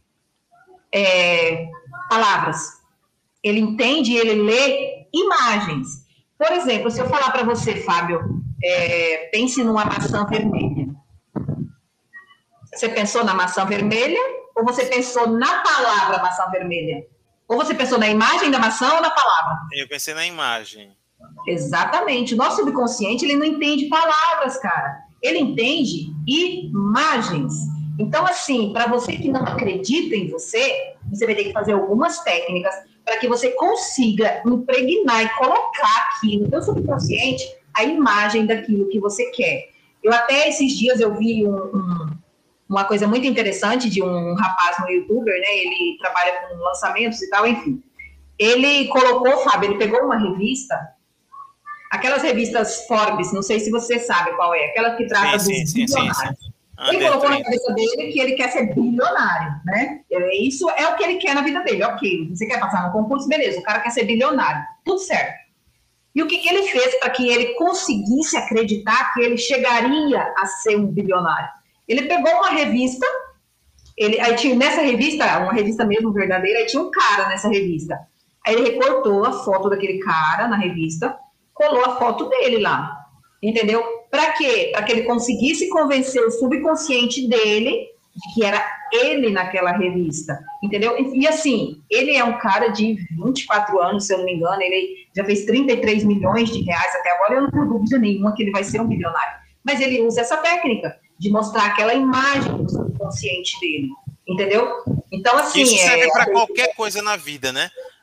palavras. Ele entende e ele lê imagens. Por exemplo, se eu falar para você, Fábio, pense numa maçã vermelha. Você pensou na maçã vermelha ou você pensou na palavra maçã vermelha? Ou você pensou na imagem da maçã ou na palavra? Eu pensei na imagem. Exatamente. O nosso subconsciente, ele não entende palavras, cara. Ele entende imagens. Então, assim, para você que não acredita em você, você vai ter que fazer algumas técnicas para que você consiga impregnar e colocar aqui no seu subconsciente a imagem daquilo que você quer. Eu até esses dias eu vi uma coisa muito interessante de um rapaz no YouTuber, né? Ele trabalha com lançamentos e tal, enfim. Ele colocou, Fábio, ele pegou uma revista, aquelas revistas Forbes, não sei se você sabe qual é, aquela que trata dos bilionários. Ele colocou na cabeça dele que ele quer ser bilionário, né? Isso é o que ele quer na vida dele, ok. Você quer passar no concurso, beleza, o cara quer ser bilionário, tudo certo. E o que ele fez para que ele conseguisse acreditar que ele chegaria a ser um bilionário? Ele pegou uma revista, aí tinha nessa revista, uma revista mesmo verdadeira, aí tinha um cara nessa revista. Aí ele recortou a foto daquele cara na revista, colou a foto dele lá, entendeu? Para quê? Para que ele conseguisse convencer o subconsciente dele de que era ele naquela revista, entendeu? E assim, ele é um cara de 24 anos, se eu não me engano, ele já fez 33 milhões de reais até agora, eu não tenho dúvida nenhuma que ele vai ser um bilionário. Mas ele usa essa técnica de mostrar aquela imagem do subconsciente dele, entendeu? Então, assim... Isso serve para qualquer coisa na vida, né?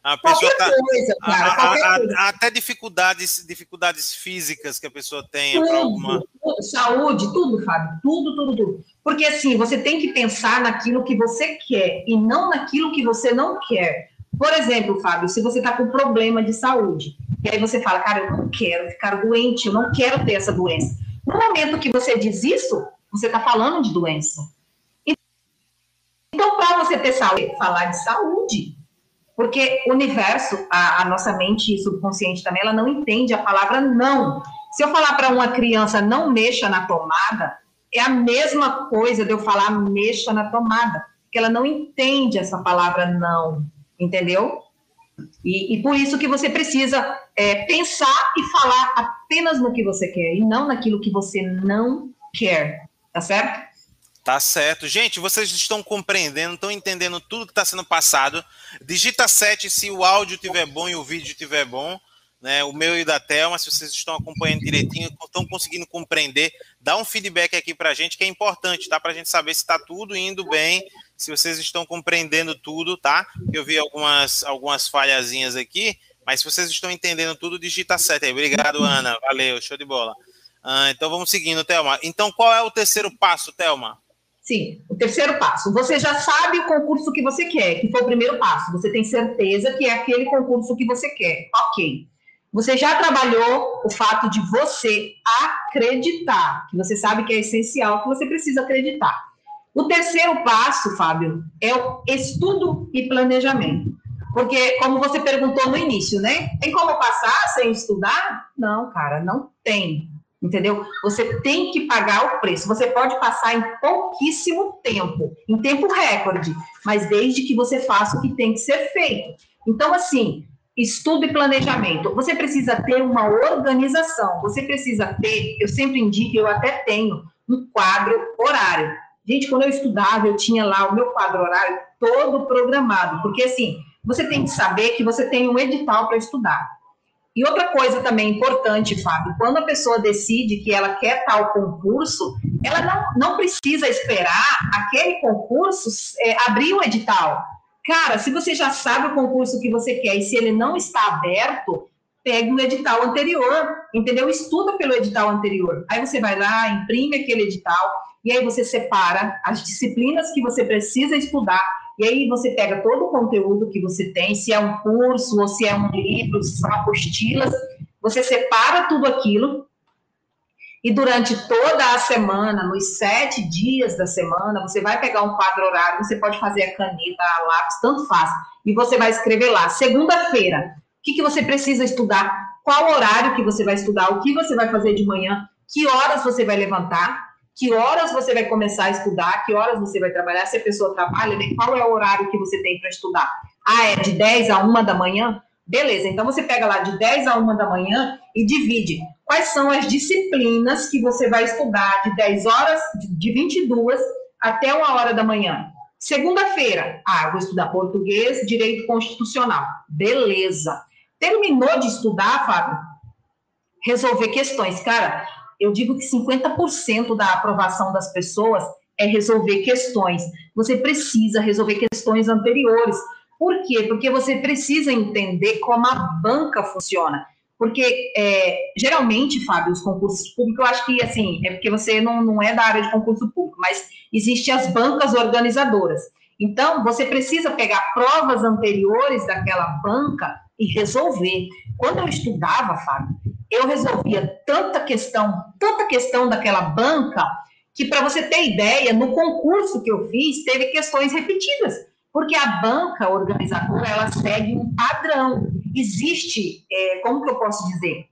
A pessoa Qualquer coisa, cara, qualquer coisa. Até dificuldades físicas que a pessoa tenha para alguma... Tudo, saúde, tudo, Fábio, tudo. Porque assim, você tem que pensar naquilo que você quer e não naquilo que você não quer. Por exemplo, Fábio, se você está com problema de saúde, e aí você fala, cara, eu não quero ficar doente, eu não quero ter essa doença. No momento que você diz isso, você está falando de doença. Então, para você ter saúde, falar de saúde. Porque o universo, a nossa mente subconsciente também, ela não entende a palavra não. Se eu falar para uma criança não mexa na tomada, é a mesma coisa de eu falar mexa na tomada, porque ela não entende essa palavra não, entendeu? E por isso que você precisa pensar e falar apenas no que você quer, e não naquilo que você não quer, tá certo? Tá certo. Gente, vocês estão compreendendo, estão entendendo tudo que está sendo passado. Digita 7 se o áudio estiver bom e o vídeo estiver bom, né? O meu e o da Thelma, se vocês estão acompanhando direitinho, estão conseguindo compreender, dá um feedback aqui para a gente, que é importante, tá? Para a gente saber se está tudo indo bem, se vocês estão compreendendo tudo, tá? Eu vi algumas falhazinhas aqui, mas se vocês estão entendendo tudo, digita 7 aí. Obrigado, Ana. Valeu, show de bola. Então vamos seguindo, Thelma. Então qual é o terceiro passo, Thelma? Sim, o terceiro passo. Você já sabe o concurso que você quer, que foi o primeiro passo. Você tem certeza que é aquele concurso que você quer. Ok. Você já trabalhou o fato de você acreditar, que você sabe que é essencial, que você precisa acreditar. O terceiro passo, Fábio, é o estudo e planejamento. Porque, como você perguntou no início, né? Tem como passar sem estudar? Não, cara, não tem. Entendeu? Você tem que pagar o preço. Você pode passar em pouquíssimo tempo, em tempo recorde, mas desde que você faça o que tem que ser feito. Então, assim, estudo e planejamento. Você precisa ter uma organização. Você precisa ter, eu sempre indico, eu até tenho, um quadro horário. Gente, quando eu estudava, eu tinha lá o meu quadro horário todo programado, porque, assim, você tem que saber que você tem um edital para estudar. E outra coisa também importante, Fábio, quando a pessoa decide que ela quer tal concurso, ela não precisa esperar aquele concurso abrir o edital. Cara, se você já sabe o concurso que você quer e se ele não está aberto, pegue o edital anterior, entendeu? Estuda pelo edital anterior. Aí você vai lá, imprime aquele edital e aí você separa as disciplinas que você precisa estudar. E aí você pega todo o conteúdo que você tem, se é um curso, ou se é um livro, se são apostilas, você separa tudo aquilo e durante toda a semana, nos 7 dias da semana, você vai pegar um quadro horário, você pode fazer a caneta, a lápis, tanto faz, e você vai escrever lá, segunda-feira, o que você precisa estudar, qual horário que você vai estudar, o que você vai fazer de manhã, que horas você vai levantar, que horas você vai começar a estudar, que horas você vai trabalhar, se a pessoa trabalha, né? Qual é o horário que você tem para estudar? Ah, é de 10 a 1 da manhã? Beleza, então você pega lá de 10 a 1 da manhã e divide. Quais são as disciplinas que você vai estudar de 10 horas, de 22 até 1 hora da manhã? Segunda-feira, eu vou estudar português, direito constitucional. Beleza. Terminou de estudar, Fábio? Resolver questões. Cara, eu digo que 50% da aprovação das pessoas é resolver questões. Você precisa resolver questões anteriores. Por quê? Porque você precisa entender como a banca funciona. Porque, geralmente, Fábio, os concursos públicos, eu acho que, assim, é porque você não é da área de concurso público, mas existem as bancas organizadoras. Então, você precisa pegar provas anteriores daquela banca e resolver. Quando eu estudava, Fábio, eu resolvia tanta questão daquela banca, que, para você ter ideia, no concurso que eu fiz, teve questões repetidas, porque a banca organizadora, ela segue um padrão. Existe, como que eu posso dizer?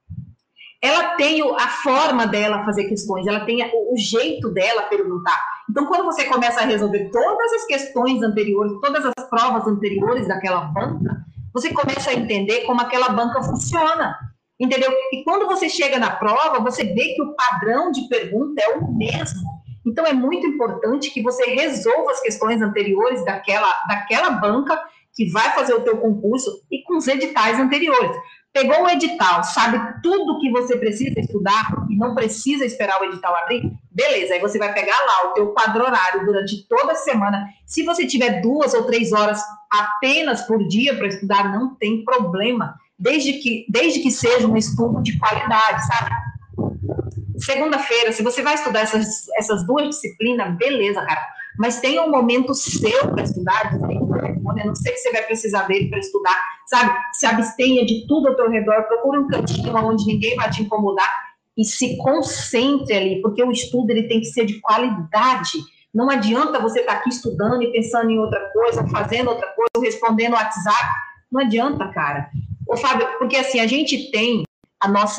Ela tem a forma dela fazer questões, ela tem o jeito dela perguntar. Então, quando você começa a resolver todas as questões anteriores, todas as provas anteriores daquela banca, você começa a entender como aquela banca funciona. Entendeu? E quando você chega na prova, você vê que o padrão de pergunta é o mesmo. Então, é muito importante que você resolva as questões anteriores daquela banca, que vai fazer o teu concurso e com os editais anteriores. Pegou o edital, sabe tudo que você precisa estudar e não precisa esperar o edital abrir? Beleza, aí você vai pegar lá o teu quadro horário durante toda a semana. Se você tiver 2 ou 3 horas apenas por dia para estudar, não tem problema, desde que seja um estudo de qualidade, sabe? Segunda-feira, se você vai estudar essas 2 disciplinas, beleza, cara, mas tenha um momento seu para estudar, eu não sei que você vai precisar dele para estudar, sabe? Se abstenha de tudo ao teu redor, procure um cantinho onde ninguém vai te incomodar e se concentre ali, porque o estudo ele tem que ser de qualidade. Não adianta você estar aqui estudando e pensando em outra coisa, fazendo outra coisa, respondendo o WhatsApp. Não adianta, cara. Ô, Fábio, porque assim, a gente tem a nossa...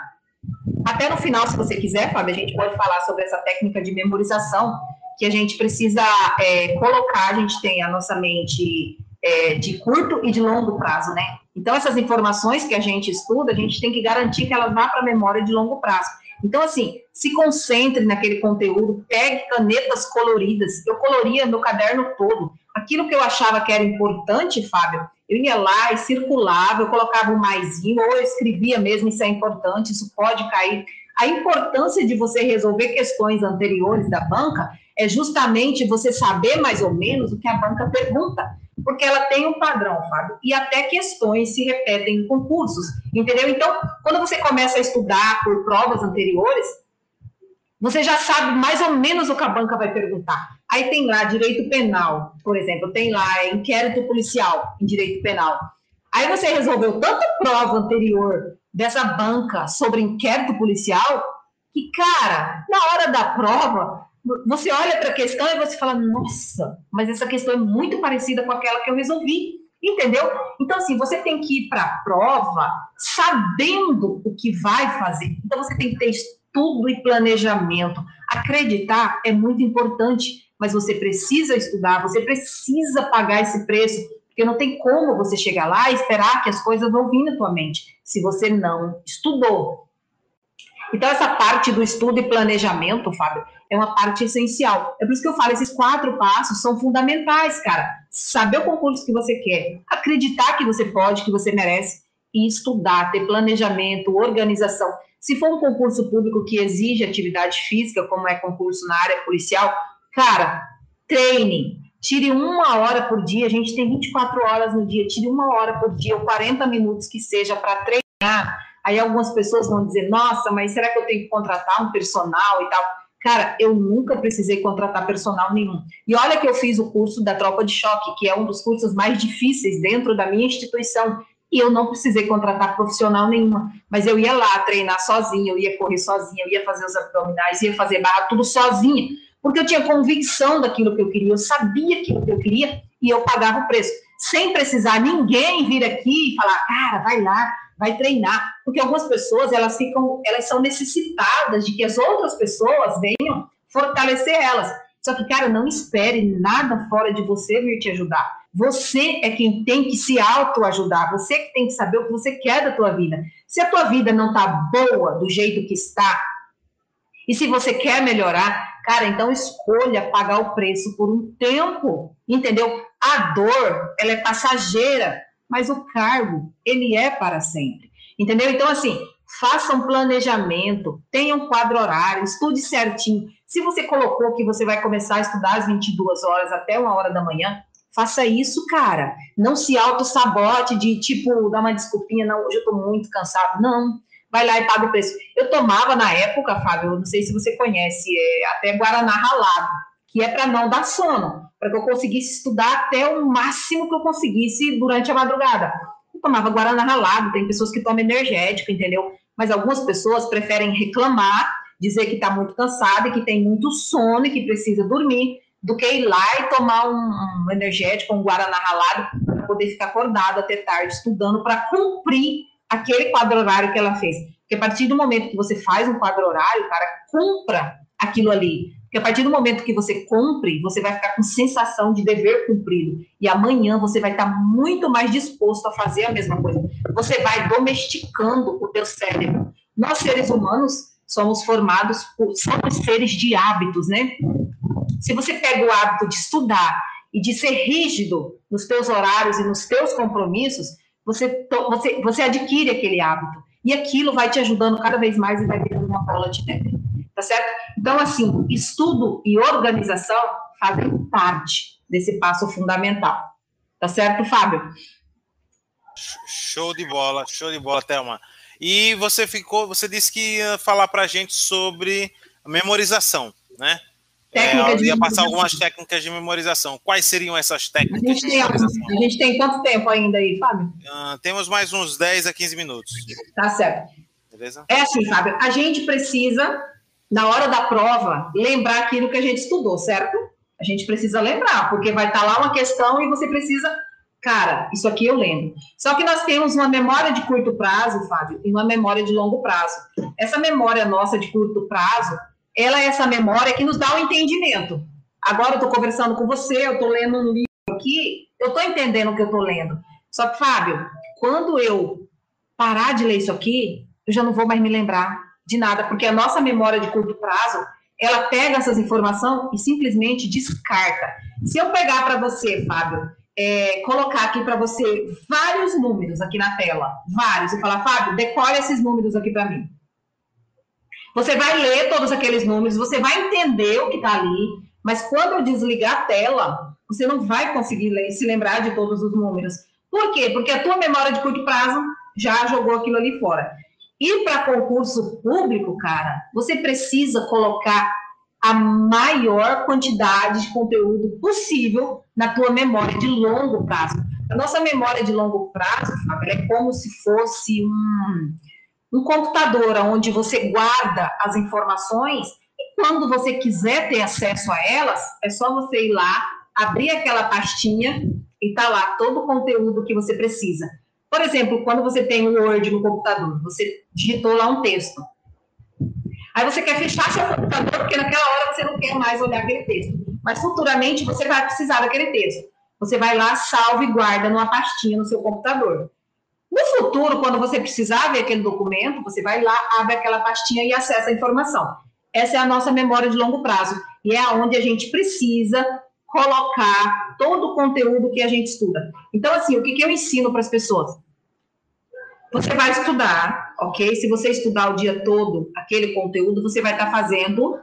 Até no final, se você quiser, Fábio, a gente pode falar sobre essa técnica de memorização, que a gente precisa colocar, a gente tem a nossa mente de curto e de longo prazo, né? Então, essas informações que a gente estuda, a gente tem que garantir que elas vá para a memória de longo prazo. Então, assim, se concentre naquele conteúdo, pegue canetas coloridas. Eu coloria meu caderno todo. Aquilo que eu achava que era importante, Fábio, eu ia lá e circulava, eu colocava um maisinho, ou eu escrevia mesmo, isso é importante, isso pode cair. A importância de você resolver questões anteriores da banca é justamente você saber mais ou menos o que a banca pergunta, porque ela tem um padrão, Fábio, e até questões se repetem em concursos, entendeu? Então, quando você começa a estudar por provas anteriores, você já sabe mais ou menos o que a banca vai perguntar. Aí tem lá direito penal, por exemplo, tem lá inquérito policial em direito penal. Aí você resolveu tanta prova anterior dessa banca sobre inquérito policial que, cara, na hora da prova, você olha para a questão e você fala, nossa, mas essa questão é muito parecida com aquela que eu resolvi, entendeu? Então, assim, você tem que ir para a prova sabendo o que vai fazer. Então, você tem que ter estudo e planejamento. Acreditar é muito importante, mas você precisa estudar, você precisa pagar esse preço, porque não tem como você chegar lá e esperar que as coisas vão vir na tua mente, se você não estudou. Então, essa parte do estudo e planejamento, Fábio, é uma parte essencial. É por isso que eu falo, esses 4 passos são fundamentais, cara. Saber o concurso que você quer, acreditar que você pode, que você merece, e estudar, ter planejamento, organização. Se for um concurso público que exige atividade física, como é concurso na área policial, cara, treine. Tire 1 hora por dia, a gente tem 24 horas no dia, tire 1 hora por dia, ou 40 minutos que seja para treinar. Aí algumas pessoas vão dizer, nossa, mas será que eu tenho que contratar um personal e tal? Cara, eu nunca precisei contratar personal nenhum. E olha que eu fiz o curso da Tropa de Choque, que é um dos cursos mais difíceis dentro da minha instituição, e eu não precisei contratar profissional nenhuma, mas eu ia lá treinar sozinha, eu ia correr sozinha, eu ia fazer os abdominais, ia fazer barra, tudo sozinha, porque eu tinha convicção daquilo que eu queria, eu sabia aquilo que eu queria, e eu pagava o preço, sem precisar ninguém vir aqui e falar, cara, vai lá, vai treinar, porque algumas pessoas, elas são necessitadas de que as outras pessoas venham fortalecer elas. Só que, cara, não espere nada fora de você vir te ajudar. Você é quem tem que se autoajudar, você que tem que saber o que você quer da tua vida. Se a tua vida não tá boa do jeito que está, e se você quer melhorar, cara, então escolha pagar o preço por um tempo, entendeu? A dor, ela é passageira, mas o cargo, ele é para sempre, entendeu? Então, assim, faça um planejamento, tenha um quadro horário, estude certinho. Se você colocou que você vai começar a estudar às 22 horas até 1 hora da manhã, faça isso, cara. Não se auto-sabote de, tipo, dar uma desculpinha, não, hoje eu tô muito cansado. Não, vai lá e paga o preço. Eu tomava na época, Fábio, eu não sei se você conhece, até Guaraná ralado, que é para não dar sono, para que eu conseguisse estudar até o máximo que eu conseguisse durante a madrugada. Eu tomava Guaraná ralado, tem pessoas que tomam energético, entendeu? Mas algumas pessoas preferem reclamar, dizer que está muito cansada e que tem muito sono e que precisa dormir, do que ir lá e tomar um energético, um Guaraná ralado, para poder ficar acordado até tarde, estudando para cumprir aquele quadro horário que ela fez. Porque a partir do momento que você faz um quadro horário, cara, cumpra aquilo ali. Porque a partir do momento que você cumpre, você vai ficar com sensação de dever cumprido. E amanhã você vai estar muito mais disposto a fazer a mesma coisa. Você vai domesticando o teu cérebro. Nós, seres humanos, somos formados somos seres de hábitos, né? Se você pega o hábito de estudar e de ser rígido nos teus horários e nos teus compromissos, você adquire aquele hábito. E aquilo vai te ajudando cada vez mais e vai virando uma bola de neve. Tá certo? Então, assim, estudo e organização fazem parte desse passo fundamental. Tá certo, Fábio? Show de bola, Thelma. E você disse que ia falar para a gente sobre a memorização, né? Ia passar algumas técnicas de memorização. Quais seriam essas técnicas de memorização? A gente tem quanto tempo ainda aí, Fábio? Temos mais uns 10 a 15 minutos. Tá certo. Beleza? É assim, Fábio, a gente precisa, na hora da prova, lembrar aquilo que a gente estudou, certo? A gente precisa lembrar, porque vai estar lá uma questão e você precisa... Cara, isso aqui eu lembro. Só que nós temos uma memória de curto prazo, Fábio, e uma memória de longo prazo. Essa memória nossa de curto prazo, ela é essa memória que nos dá o entendimento. Agora eu estou conversando com você, eu estou lendo um livro aqui, eu estou entendendo o que eu estou lendo. Só que, Fábio, quando eu parar de ler isso aqui, eu já não vou mais me lembrar de nada, porque a nossa memória de curto prazo, ela pega essas informações e simplesmente descarta. Se eu pegar para você, Fábio, colocar aqui para você vários números aqui na tela, vários, e falar, Fábio, decore esses números aqui para mim. Você vai ler todos aqueles números, você vai entender o que está ali, mas quando eu desligar a tela, você não vai conseguir se lembrar de todos os números. Por quê? Porque a tua memória de curto prazo já jogou aquilo ali fora. E para concurso público, cara, você precisa colocar a maior quantidade de conteúdo possível na tua memória de longo prazo. A nossa memória de longo prazo, Fábio, é como se fosse um computador onde você guarda as informações e quando você quiser ter acesso a elas, é só você ir lá, abrir aquela pastinha e tá lá todo o conteúdo que você precisa. Por exemplo, quando você tem um Word no computador, você digitou lá um texto. Aí você quer fechar seu computador porque naquela hora você não quer mais olhar aquele texto. Mas futuramente você vai precisar daquele texto. Você vai lá, salva e guarda numa pastinha no seu computador. No futuro, quando você precisar ver aquele documento, você vai lá, abre aquela pastinha e acessa a informação. Essa é a nossa memória de longo prazo. E é onde a gente precisa colocar todo o conteúdo que a gente estuda. Então, assim, o que eu ensino para as pessoas? Você vai estudar, ok? Se você estudar o dia todo aquele conteúdo, você vai estar fazendo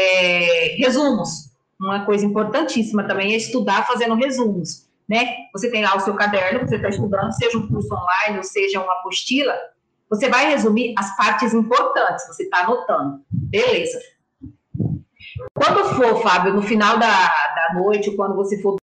resumos. Uma coisa importantíssima também é estudar fazendo resumos, né? Você tem lá o seu caderno, você está estudando, seja um curso online ou seja uma apostila, você vai resumir as partes importantes, você está anotando. Beleza. Quando for, Fábio, no final da noite, ou quando você for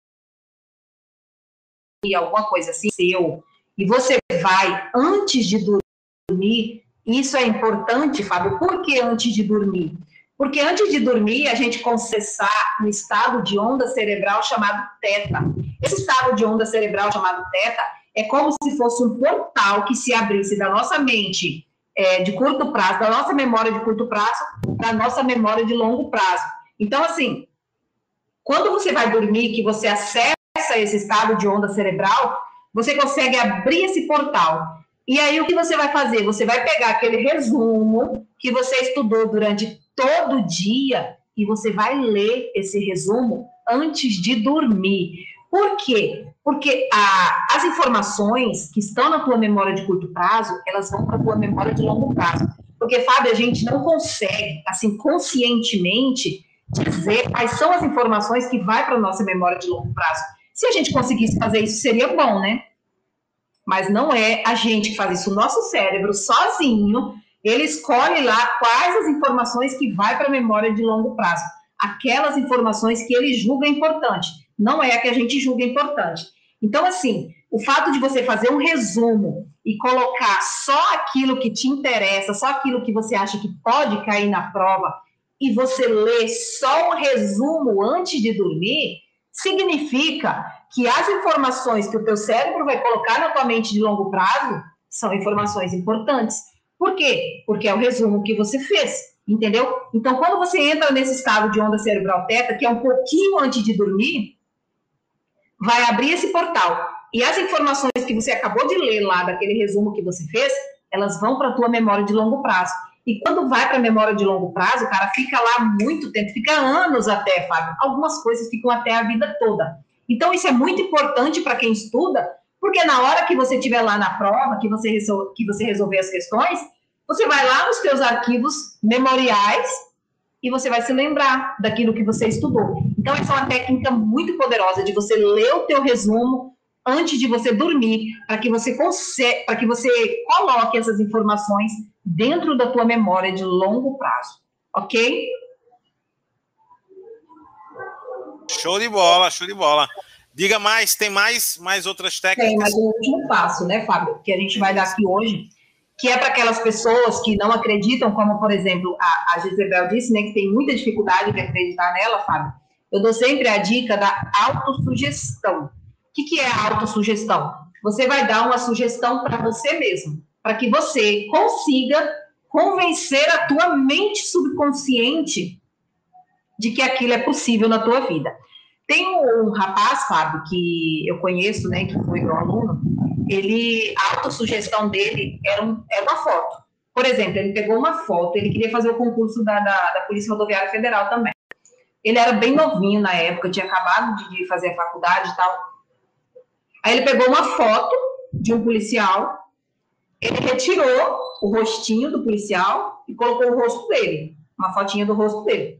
alguma coisa assim, e você vai antes de dormir, isso é importante, Fábio. Por que antes de dormir? Porque antes de dormir, a gente acessar um estado de onda cerebral chamado teta. Esse estado de onda cerebral chamado teta é como se fosse um portal que se abrisse da nossa mente de curto prazo, da nossa memória de curto prazo, para a nossa memória de longo prazo. Então, assim, quando você vai dormir, que você acessa esse estado de onda cerebral, você consegue abrir esse portal. E aí, o que você vai fazer? Você vai pegar aquele resumo que você estudou durante todo o dia e você vai ler esse resumo antes de dormir. Por quê? Porque as informações que estão na tua memória de curto prazo, elas vão para a tua memória de longo prazo. Porque, Fábio, a gente não consegue, assim, conscientemente, dizer quais são as informações que vai para a nossa memória de longo prazo. Se a gente conseguisse fazer isso, seria bom, né? Mas não é a gente que faz isso. O nosso cérebro, sozinho, ele escolhe lá quais as informações que vai para a memória de longo prazo. Aquelas informações que ele julga importante. Não é a que a gente julga importante. Então, assim, o fato de você fazer um resumo e colocar só aquilo que te interessa, só aquilo que você acha que pode cair na prova, e você ler só o resumo antes de dormir, significa que as informações que o teu cérebro vai colocar na tua mente de longo prazo são informações importantes. Por quê? Porque é o resumo que você fez, entendeu? Então, quando você entra nesse estado de onda cerebral teta, que é um pouquinho antes de dormir, vai abrir esse portal. E as informações que você acabou de ler lá, daquele resumo que você fez, elas vão para a tua memória de longo prazo. E quando vai para a memória de longo prazo, o cara fica lá muito tempo, fica anos até, Fábio. Algumas coisas ficam até a vida toda. Então, isso é muito importante para quem estuda, porque na hora que você estiver lá na prova, que você resolver as questões, você vai lá nos seus arquivos memoriais e você vai se lembrar daquilo que você estudou. Então, essa é uma técnica muito poderosa de você ler o teu resumo antes de você dormir, para que você coloque essas informações dentro da tua memória de longo prazo, ok? Show de bola, show de bola. Diga mais, tem mais outras técnicas? Tem, mas o último passo, né, Fábio, que a gente vai dar aqui hoje, que é para aquelas pessoas que não acreditam, como, por exemplo, a Jezebel disse, né, que tem muita dificuldade de acreditar nela, Fábio. Eu dou sempre a dica da autossugestão. O que é a autossugestão? Você vai dar uma sugestão para você mesmo, para que você consiga convencer a tua mente subconsciente de que aquilo é possível na tua vida. Tem um rapaz, Fábio, que eu conheço, né, que foi meu aluno, a autossugestão dele era uma foto. Por exemplo, ele pegou uma foto, ele queria fazer o concurso da Polícia Rodoviária Federal também. Ele era bem novinho na época, tinha acabado de fazer a faculdade e tal. Aí ele pegou uma foto de um policial, ele retirou o rostinho do policial e colocou o rosto dele, uma fotinha do rosto dele.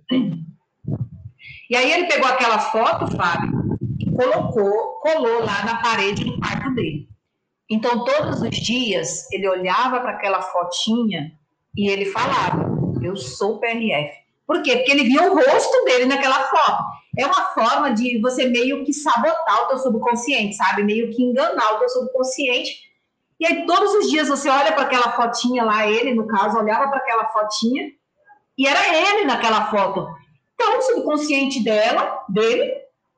E aí ele pegou aquela foto, Fábio, e colou lá na parede do quarto dele. Então, todos os dias, ele olhava para aquela fotinha e ele falava, eu sou PRF. Por quê? Porque ele via o rosto dele naquela foto. É uma forma de você meio que sabotar o teu subconsciente, sabe? Meio que enganar o teu subconsciente. E aí, todos os dias, você olha para aquela fotinha lá, ele, no caso, olhava para aquela fotinha e era ele naquela foto. Então, o subconsciente dele,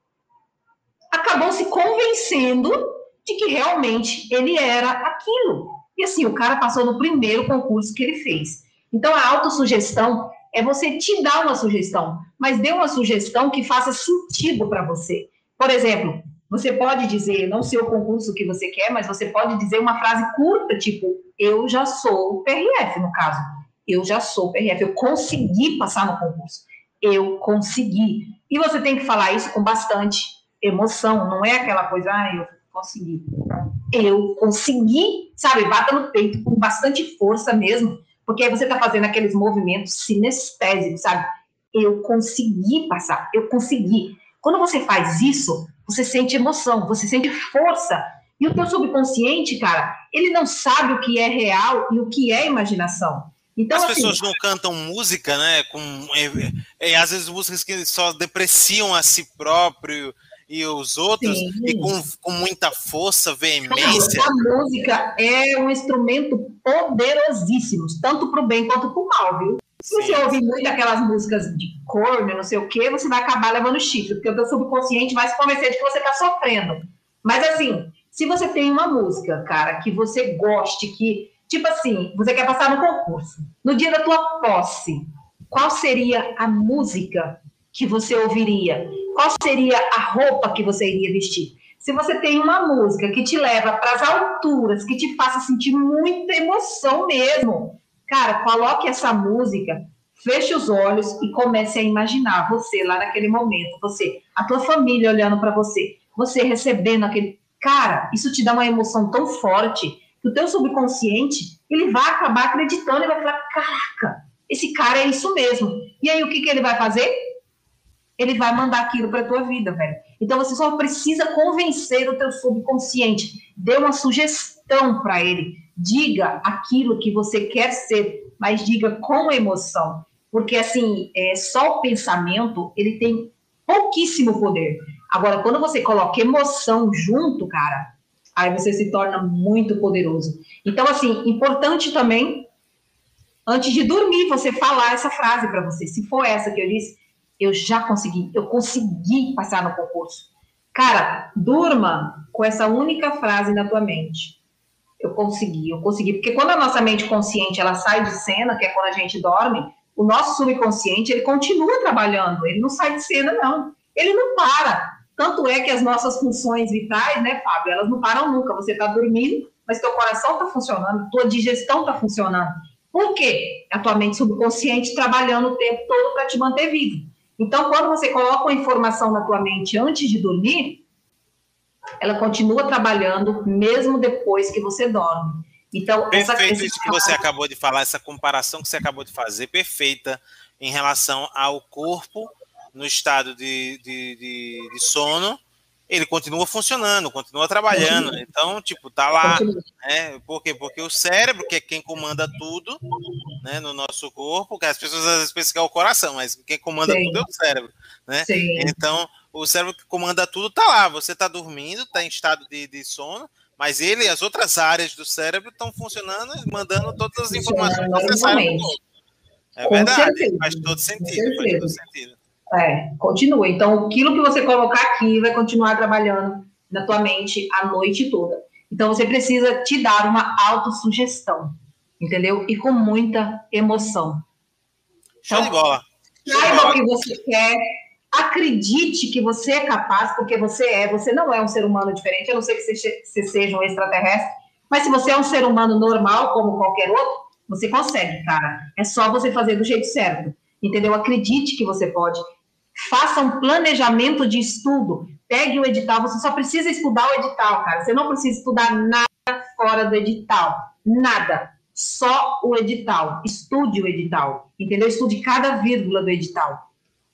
acabou se convencendo de que realmente ele era aquilo. E assim, o cara passou no primeiro concurso que ele fez. Então, a autossugestão é você te dar uma sugestão, mas dê uma sugestão que faça sentido para você. Por exemplo, você pode dizer, não sei o concurso que você quer, mas você pode dizer uma frase curta, tipo, eu já sou PRF, no caso. Eu já sou PRF, eu consegui passar no concurso. Eu consegui. E você tem que falar isso com bastante emoção, não é aquela coisa, eu consegui. Eu consegui, sabe? Bata no peito com bastante força mesmo, porque aí você está fazendo aqueles movimentos sinestésicos, sabe? Eu consegui passar, eu consegui. Quando você faz isso, você sente emoção, você sente força. E o teu subconsciente, cara, ele não sabe o que é real e o que é imaginação. Então, as pessoas não cantam música, né? Às vezes músicas que só depreciam a si próprio e os outros, sim, e com muita força, veemência. A música é um instrumento poderosíssimo, tanto para o bem quanto para o mal, viu? Se você ouvir muito aquelas músicas de corno, não sei o quê, você vai acabar levando chifre, porque o teu subconsciente vai se convencer de que você está sofrendo. Mas assim, se você tem uma música, cara, que você goste, que tipo assim, você quer passar no concurso. No dia da tua posse, qual seria a música que você ouviria? Qual seria a roupa que você iria vestir? Se você tem uma música que te leva para as alturas, que te faça sentir muita emoção mesmo, cara, coloque essa música, feche os olhos e comece a imaginar você lá naquele momento, você, a tua família olhando para você, você recebendo aquele... Cara, isso te dá uma emoção tão forte que o teu subconsciente, ele vai acabar acreditando e vai falar, caraca, esse cara é isso mesmo. E aí, o que ele vai fazer? Ele vai mandar aquilo para a tua vida, velho. Então, você só precisa convencer o teu subconsciente. Dê uma sugestão para ele. Diga aquilo que você quer ser, mas diga com emoção. Porque, assim, só o pensamento, ele tem pouquíssimo poder. Agora, quando você coloca emoção junto, cara, aí você se torna muito poderoso. Então, assim, importante também, antes de dormir, você falar essa frase para você. Se for essa que eu disse, eu já consegui, eu consegui passar no concurso. Cara, durma com essa única frase na tua mente. Eu consegui. Porque quando a nossa mente consciente, ela sai de cena, que é quando a gente dorme, o nosso subconsciente, ele continua trabalhando, ele não sai de cena, não. Ele não para. Tanto é que as nossas funções vitais, né, Fábio, elas não param nunca. Você está dormindo, mas teu coração está funcionando, tua digestão está funcionando. Por quê? A tua mente subconsciente trabalhando o tempo todo para te manter vivo. Então, quando você coloca uma informação na tua mente antes de dormir, ela continua trabalhando mesmo depois que você dorme. Então, perfeito isso que você acabou de falar, essa comparação que você acabou de fazer, perfeita em relação ao corpo no estado de sono, ele continua funcionando, continua trabalhando. Então, tipo, tá lá, né? Por quê? Porque o cérebro, que é quem comanda tudo, né, no nosso corpo, que as pessoas às vezes pensam que é o coração, mas quem comanda tudo é o cérebro, né? Então, o cérebro que comanda tudo tá lá, você tá dormindo, tá em estado de sono, mas ele e as outras áreas do cérebro estão funcionando, mandando todas as informações necessárias do corpo. É verdade, faz todo sentido, faz todo sentido. Continua. Então, aquilo que você colocar aqui vai continuar trabalhando na tua mente a noite toda. Então, você precisa te dar uma autossugestão, entendeu? E com muita emoção. Show de bola. Saiba o que você quer, acredite que você é capaz, porque você não é um ser humano diferente, a não ser que você seja um extraterrestre, mas se você é um ser humano normal, como qualquer outro, você consegue, cara. É só você fazer do jeito certo, entendeu? Acredite que você pode. Faça um planejamento de estudo. Pegue o edital, você só precisa estudar o edital, cara. Você não precisa estudar nada fora do edital. Nada. Só o edital. Estude o edital, entendeu? Estude cada vírgula do edital.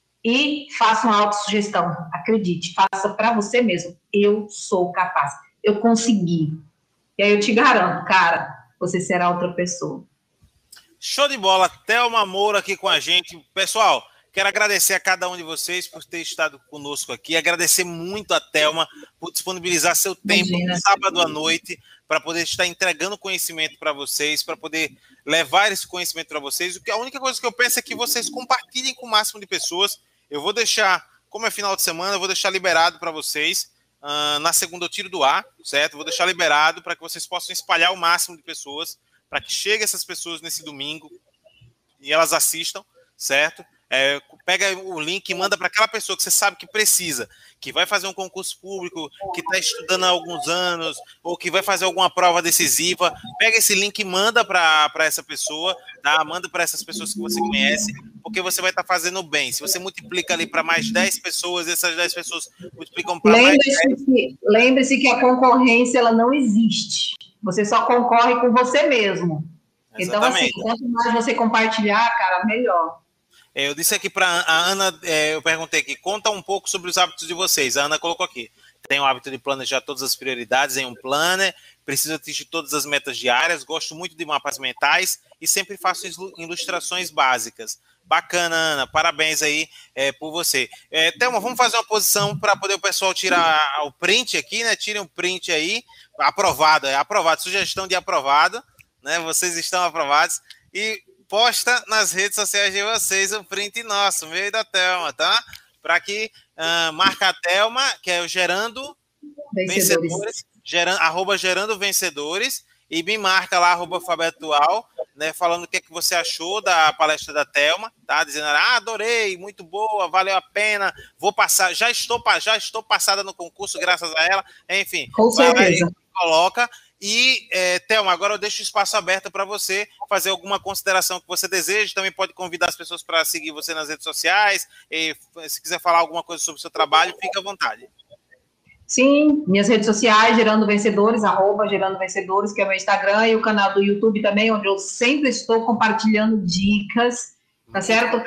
E faça uma autossugestão. Acredite, faça para você mesmo. Eu sou capaz. Eu consegui. E aí eu te garanto, cara, você será outra pessoa. Show de bola. Thelma Moura aqui com a gente. Pessoal, quero agradecer a cada um de vocês por ter estado conosco aqui. Agradecer muito a Thelma por disponibilizar seu tempo no sábado à noite para poder estar entregando conhecimento para vocês, para poder levar esse conhecimento para vocês. A única coisa que eu penso é que vocês compartilhem com o máximo de pessoas. Eu vou deixar, como é final de semana, eu vou deixar liberado para vocês. Na segunda eu tiro do ar, certo? Vou deixar liberado para que vocês possam espalhar o máximo de pessoas, para que chegue essas pessoas nesse domingo e elas assistam, certo? Pega o link e manda para aquela pessoa que você sabe que precisa, que vai fazer um concurso público, que está estudando há alguns anos, ou que vai fazer alguma prova decisiva. Pega esse link e manda para essa pessoa, tá? Manda para essas pessoas que você conhece, porque você vai estar fazendo bem. Se você multiplica ali para mais 10 pessoas, essas 10 pessoas multiplicam para mais 10. Lembre-se que a concorrência ela não existe. Você só concorre com você mesmo. Exatamente. Então, assim, quanto mais você compartilhar, cara, melhor. Eu disse aqui para a Ana, eu perguntei aqui, conta um pouco sobre os hábitos de vocês. A Ana colocou aqui, tem o hábito de planejar todas as prioridades em um planner, preciso atingir todas as metas diárias, gosto muito de mapas mentais e sempre faço ilustrações básicas. Bacana, Ana, parabéns aí por você. Thelma, vamos fazer uma posição para poder o pessoal tirar o print aqui, né? Tirem um print aí, aprovado, sugestão de aprovado, né? Vocês estão aprovados e posta nas redes sociais de vocês o print nosso, meio da Thelma, tá? Para que marca a Thelma, que é o Gerando Vencedores, @Gerando Vencedores, e me marca lá, @Fabetual, né, falando o que é que você achou da palestra da Thelma, tá? Dizendo, adorei, muito boa, valeu a pena, vou passar, já estou passada no concurso graças a ela, enfim. Com certeza. Coloca. E, Thelma, agora eu deixo o espaço aberto para você fazer alguma consideração que você deseje. Também pode convidar as pessoas para seguir você nas redes sociais. E, se quiser falar alguma coisa sobre o seu trabalho, fique à vontade. Sim, minhas redes sociais, Gerando Vencedores, @Gerando Vencedores, que é o meu Instagram, e o canal do YouTube também, onde eu sempre estou compartilhando dicas, tá certo?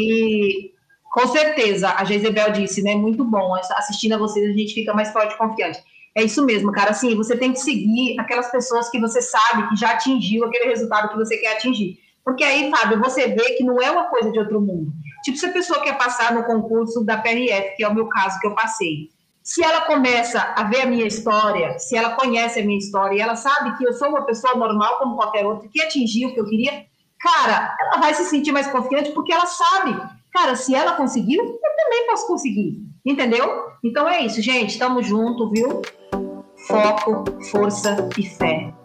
E, com certeza, a Jezebel disse, né, muito bom, assistindo a vocês a gente fica mais forte e confiante. É isso mesmo, cara, assim, você tem que seguir aquelas pessoas que você sabe que já atingiu aquele resultado que você quer atingir. Porque aí, Fábio, você vê que não é uma coisa de outro mundo. Tipo, se a pessoa quer passar no concurso da PRF, que é o meu caso que eu passei, se ela começa a ver a minha história, se ela conhece a minha história e ela sabe que eu sou uma pessoa normal como qualquer outra, que atingiu o que eu queria, cara, ela vai se sentir mais confiante porque ela sabe, cara, se ela conseguiu, eu também posso conseguir, entendeu? Então é isso, gente, tamo junto, viu? Foco, força e fé.